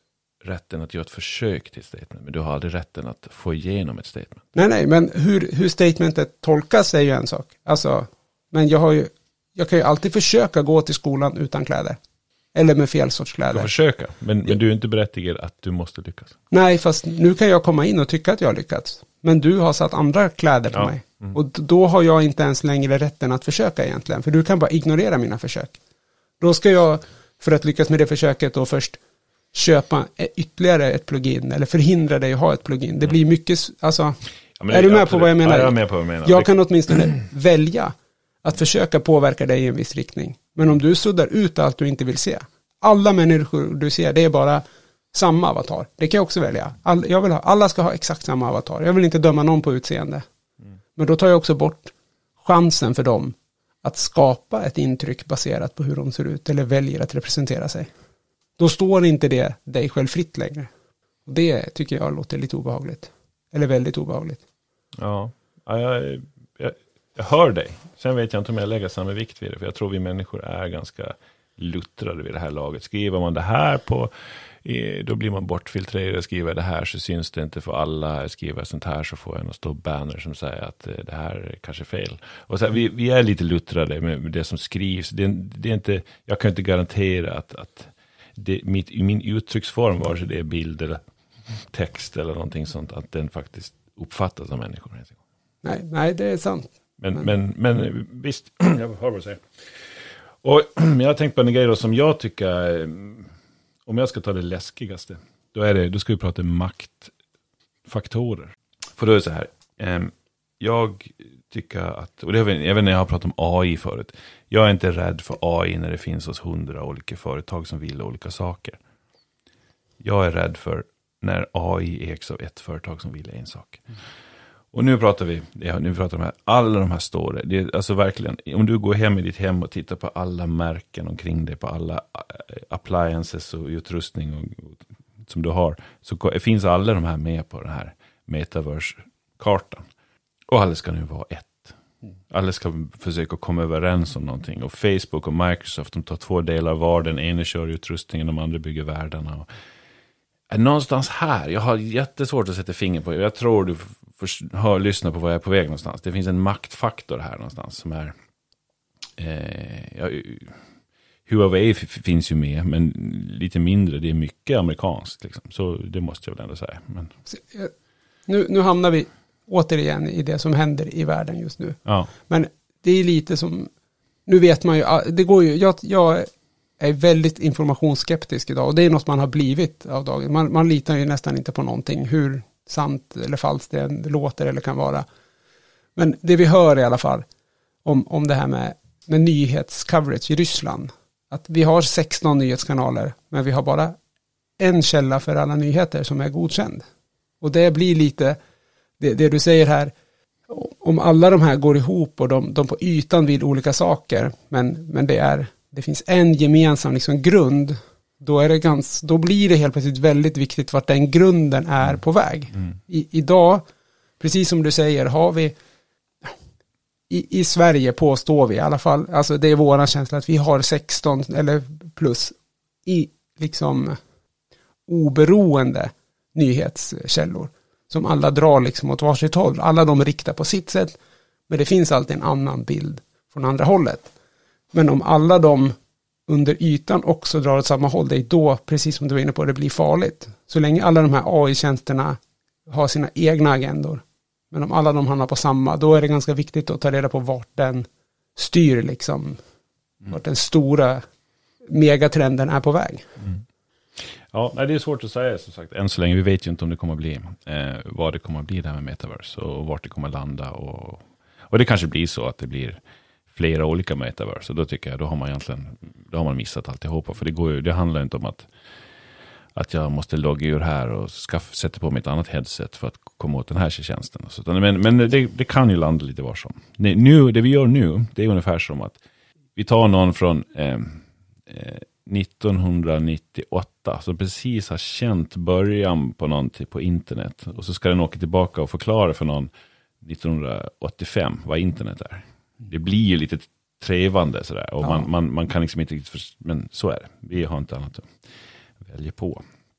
rätten att göra ett försök till statement, men du har aldrig rätten att få igenom ett statement. Nej, nej, men hur, hur statementet tolkas är ju en sak. Alltså, men jag har ju, jag kan ju alltid försöka gå till skolan utan kläder. Eller med fel sorts kläder. Du kan försöka, men, men du är inte berättigad att du måste lyckas. Nej, fast nu kan jag komma in och tycka att jag har lyckats. Men du har satt andra kläder på Ja. mig. Mm. Och då har jag inte ens längre rätten att försöka egentligen. För du kan bara ignorera mina försök. Då ska jag, för att lyckas med det försöket, då först köpa ytterligare ett plugin. Eller förhindra dig att ha ett plugin. Det blir mycket, alltså... Ja, men är det- du med absolut. på vad jag menar? Ja, jag är med på vad du menar. Jag Det- kan åtminstone välja att försöka påverka dig i en viss riktning. Men om du suddar ut allt du inte vill se. Alla människor du ser, det är bara samma avatar. Det kan jag också välja. All, jag vill ha, alla ska ha exakt samma avatar. Jag vill inte döma någon på utseende. Mm. Men då tar jag också bort chansen för dem att skapa ett intryck baserat på hur de ser ut eller väljer att representera sig. Då står inte det dig själv fritt längre. Och det tycker jag låter lite obehagligt. Eller väldigt obehagligt. Ja, ja jag, jag, jag hör dig. Sen vet jag inte om jag lägger samma vikt vid det. För jag tror vi människor är ganska luttrade vid det här laget. Skriver man det här på, då blir man bortfiltrerad. Skriver det här så syns det inte för alla. Skriver sånt här så får jag en stor banner som säger att det här är kanske fel. Och så här, vi, vi är lite luttrade med det som skrivs. Det, det är inte, jag kan inte garantera att, att det, mitt, i min uttrycksform, vare sig det är bild eller text eller någonting sånt, att den faktiskt uppfattas av människor. Nej, nej det är sant. Men, men, men visst, jag hör vad du säger. Och jag har tänkt på en grej då som jag tycker, om jag ska ta det läskigaste, då, är det, då ska vi prata maktfaktorer. För då är det så här, jag tycker att, och det är, även när jag har pratat om A I förut, jag är inte rädd för A I när det finns hos hundra olika företag som vill olika saker. Jag är rädd för när A I ägs av ett företag som vill en sak. Mm. Och nu pratar vi, ja, nu pratar vi om alla de här står det, är alltså verkligen, om du går hem i ditt hem och tittar på alla märken omkring dig, på alla appliances och utrustning och, och, som du har, så finns alla de här med på den här metaverse-kartan. Och alla ska nu vara ett. Alla ska försöka komma överens om någonting. Och Facebook och Microsoft, de tar två delar var, den ena kör utrustningen, de andra bygger världarna. Och någonstans här, jag har jättesvårt att sätta finger på. Jag tror du får hör, lyssna på vad jag är på väg någonstans. Det finns en maktfaktor här någonstans som är eh, ja, Huawei f- finns ju med, men lite mindre. Det är mycket amerikanskt liksom. Så det måste jag väl ändå säga. Men... Nu, nu hamnar vi återigen i det som händer i världen just nu. Ja. Men det är lite som, nu vet man ju, det går ju, jag, jag är väldigt informationsskeptisk idag, och det är något man har blivit av dagen. Man, man litar ju nästan inte på någonting, hur sant eller falskt det låter eller kan vara. Men det vi hör i alla fall om, om det här med, med nyhetscoverage i Ryssland, att vi har sexton nyhetskanaler, men vi har bara en källa för alla nyheter som är godkänd. Och det blir lite, det, det du säger här, om alla de här går ihop och de, de på ytan vill olika saker, men, men det är det finns en gemensam liksom grund, då är det gans, då blir det helt plötsligt väldigt viktigt vart den grunden är på väg. Mm. I, idag, precis som du säger, har vi i, i Sverige påstår vi i alla fall, alltså det är våran känsla att vi har sexton eller plus i liksom oberoende nyhetskällor som alla drar liksom åt varsitt håll. Alla de riktar på sitt sätt, men det finns alltid en annan bild från andra hållet. Men om alla de under ytan också drar åt samma håll, det är då, precis som du var inne på, det blir farligt. Så länge alla de här A I-tjänsterna har sina egna agendor, men om alla de hamnar på samma, då är det ganska viktigt att ta reda på vart den styr liksom, mm. vart den stora megatrenden är på väg. Mm. Ja, det är svårt att säga som sagt. Än så länge, vi vet ju inte om det kommer att bli, eh, vad det kommer att bli där med metaverse och vart det kommer att landa. Och, och det kanske blir så att det blir flera olika metaverse, och då tycker jag, då har man egentligen, då har man missat alltihopa. För det går ju, det handlar inte om att att jag måste logga ur här och skaffa, sätta på mitt annat headset för att komma åt den här tjänsten. Så, men men det, det kan ju landa lite var som. Nu, det vi gör nu, det är ungefär som att vi tar någon från eh, eh, nittonhundranittioåtta som precis har känt början på någonting på internet, och så ska den åka tillbaka och förklara för någon nittonhundraåttiofem vad internet är. Det blir ju lite trevande sådär, och ja. man, man, man kan liksom inte riktigt förstå, men så är det. Vi har inte annat att välja på.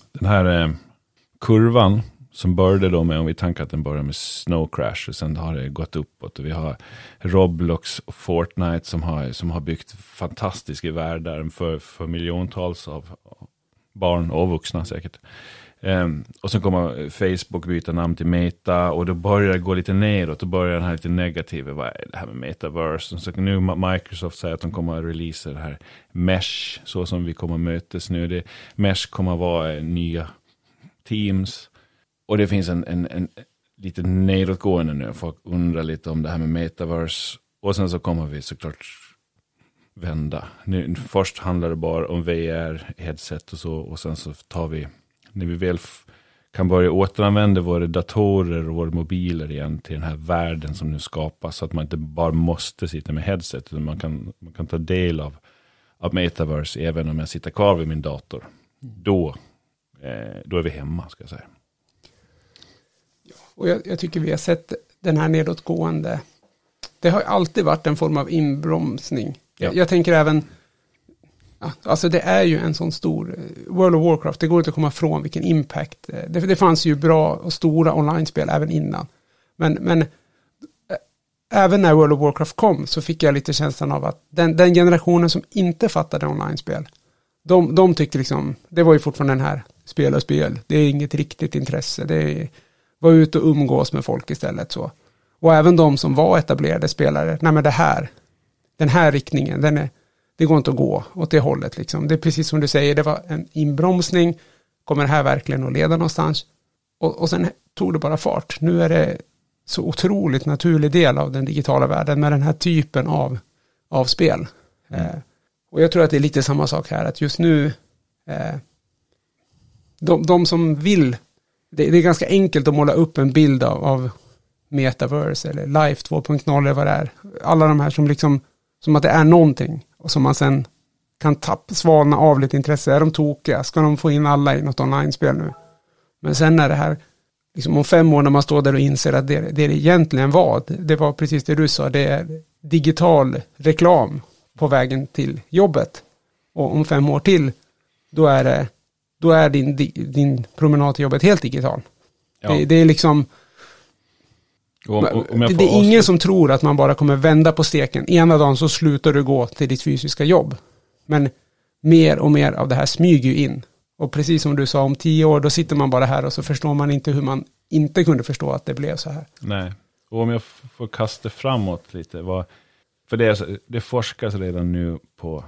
Den här eh, kurvan som började då med, om vi tankar att den börjar med Snow Crash och sen har det gått uppåt och vi har Roblox och Fortnite som har, som har byggt fantastiska världar för, för miljontals av barn och vuxna säkert. Um, och så kommer Facebook byta namn till Meta och då börjar det gå lite neråt och börjar den här lite negativa, vad är det här med Metaverse? Och så nu Microsoft säger att de kommer att releasa det här Mesh, så som vi kommer att mötas nu. Det, Mesh kommer att vara eh, nya Teams och det finns en, en, en lite nedåtgående nu. Folk undrar lite om det här med Metaverse och sen så kommer vi såklart vända. Nu, först handlar det bara om V R, headset och så och sen så tar vi när vi väl f- kan börja återanvända våra datorer och våra mobiler igen till den här världen som nu skapas så att man inte bara måste sitta med headset utan man kan, man kan ta del av, av Metaverse även om jag sitter kvar vid min dator. Då, eh, då är vi hemma, ska jag säga. Och jag, jag tycker vi har sett den här nedåtgående. Det har alltid varit en form av inbromsning. Ja. Jag, jag tänker även, ja, alltså det är ju en sån stor, World of Warcraft, det går inte att komma ifrån vilken impact. Det, det fanns ju bra och stora online-spel även innan. Men, men även när World of Warcraft kom så fick jag lite känslan av att den, den generationen som inte fattade online-spel, de, de tyckte liksom, det var ju fortfarande den här spel och spel. Det är inget riktigt intresse. Det är, var ute och umgås med folk istället så. Och även de som var etablerade spelare, nej men det här, den här riktningen, den är, det går inte att gå åt det hållet liksom. Det är precis som du säger, det var en inbromsning. Kommer det här verkligen att leda någonstans? Och, och sen tog det bara fart. Nu är det så otroligt naturlig del av den digitala världen med den här typen av, av spel. Mm. Eh, och jag tror att det är lite samma sak här, att just nu eh, de, de som vill, det, det är ganska enkelt att måla upp en bild av, av Metaverse eller Life två punkt noll eller vad det är. Alla de här som liksom, som att det är någonting och som man sen kan tappa, svalna av lite intresse. Är de tokiga? Ska de få in alla i något online-spel nu? Men sen är det här, liksom om fem år när man står där och inser att det, det egentligen var, det var precis det du sa, det är digital reklam på vägen till jobbet. Och om fem år till, då är det, då är din, din promenad till jobbet helt digital. Ja. Det, det är liksom, Om, om det, det är ingen som tror att man bara kommer vända på steken. Ena dagen så slutar du gå till ditt fysiska jobb. Men mer och mer av det här smyger ju in. Och precis som du sa, om tio år då sitter man bara här och så förstår man inte hur man inte kunde förstå att det blev så här. Nej, och om jag f- får kasta framåt lite. Vad, för det, är, det forskas redan nu på,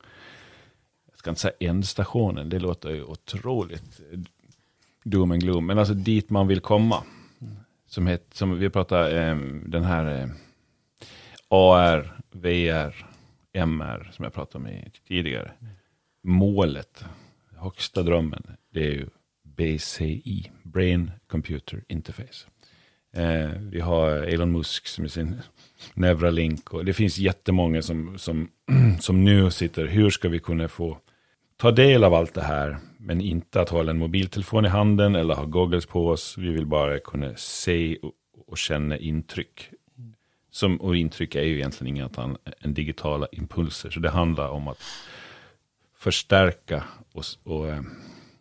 jag ska inte säga ändstationen, det låter ju otroligt doom and gloom. Men alltså dit man vill komma. Som, het, som vi pratar eh, den här eh, A R, V R, M R som jag pratade om tidigare. Målet, högsta drömmen, det är ju B C I, Brain Computer Interface. Eh, vi har Elon Musk med sin Neuralink och det finns jättemånga som, som, som nu sitter, hur ska vi kunna få ta del av allt det här men inte att hålla en mobiltelefon i handen eller ha goggles på oss. Vi vill bara kunna se och, och känna intryck. Som, och intryck är ju egentligen inget annat än digitala impulser. Så det handlar om att förstärka och, och eh,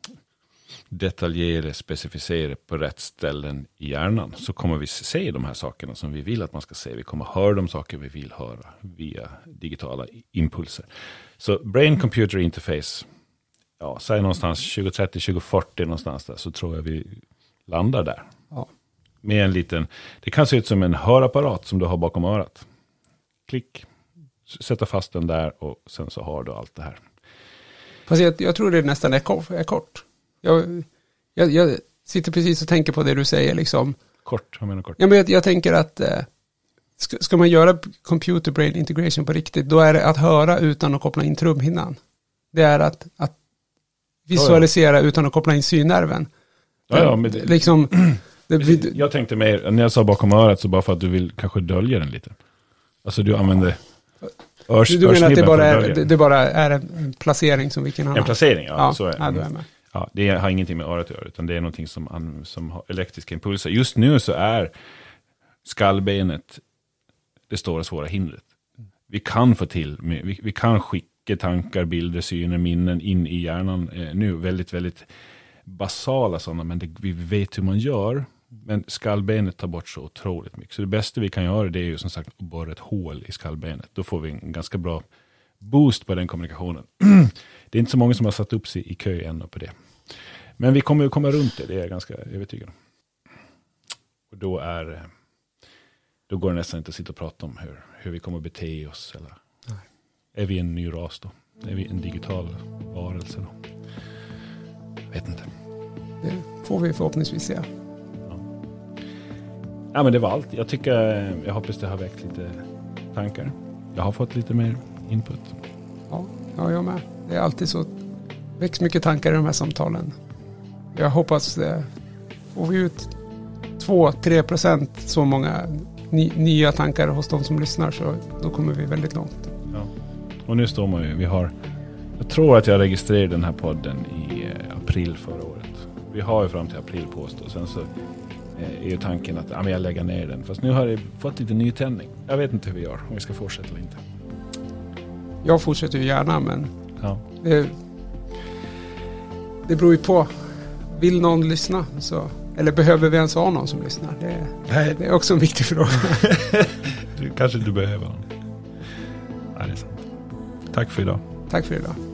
detaljera, specificera på rätt ställen i hjärnan. Så kommer vi se de här sakerna som vi vill att man ska se. Vi kommer höra de saker vi vill höra via digitala impulser. Så Brain Computer Interface, ja, säg någonstans tjugo trettio tjugo fyrtio någonstans där, så tror jag vi landar där. Ja. Med en liten, det kan se ut som en hörapparat som du har bakom örat. Klick, sätta fast den där och sen så har du allt det här. Fast jag, jag tror det nästan är kort. Är kort. Jag, jag, jag sitter precis och tänker på det du säger liksom. Kort, vad menar du kort? Ja, men jag, jag tänker att eh, ska, ska man göra computer brain integration på riktigt, då är det att höra utan att koppla in trumhinnan. Det är att, att visualisera ja, ja. utan att koppla in synnerven. Ja, ja, men det, liksom, det, jag tänkte mer, när jag sa bakom örat så bara för att du vill kanske dölja den lite. Alltså du använder örs, du, du menar att det bara, är, det, det bara är en placering som vilken annan? En placering, ja. ja så är, ja, då är jag med. Ja, det har ingenting med örat att göra, utan det är någonting som, som har elektriska impulser. Just nu så är skallbenet det stora svåra hindret. Vi kan få till, vi, vi kan skicka tankar, bilder, syner, minnen in i hjärnan eh, nu väldigt, väldigt basala sådana, men det, vi vet hur man gör. Men skallbenet tar bort så otroligt mycket. Så det bästa vi kan göra, det är ju som sagt att borra ett hål i skallbenet. Då får vi en ganska bra boost på den kommunikationen. Det är inte så många som har satt upp sig i kö ännu på det. Men vi kommer att komma runt det, det är jag ganska övertygad om. Och då är då går det nästan inte att sitta och prata om hur, hur vi kommer att bete oss. Eller Nej. Är vi en ny ras då? Är vi en digital varelse då? Jag vet inte. Det får vi förhoppningsvis se. Ja. ja, men det var allt. Jag tycker, jag hoppas det har väckt lite tankar. Jag har fått lite mer input. Ja, ja jag med. Det är alltid så. Väcks mycket tankar i de här samtalen. Jag hoppas eh, får vi ut två till tre procent så många ny, nya tankar hos de som lyssnar, så då kommer vi väldigt långt. Ja. Och nu står man ju, vi har, jag tror att jag registrerade den här podden i eh, april förra året. Vi har ju fram till april på oss då. Sen så eh, är ju tanken att ja, men jag lägger ner den. Fast nu har jag fått lite nytändning. Jag vet inte hur vi gör, om vi ska fortsätta eller inte. Jag fortsätter ju gärna, men ja. det, det beror ju på. Vill någon lyssna så, eller behöver vi ens ha någon som lyssnar? Det, Nej. det är också en viktig fråga. du, kanske du behöver någon. Nej, det är sant. Tack för idag. Tack för idag.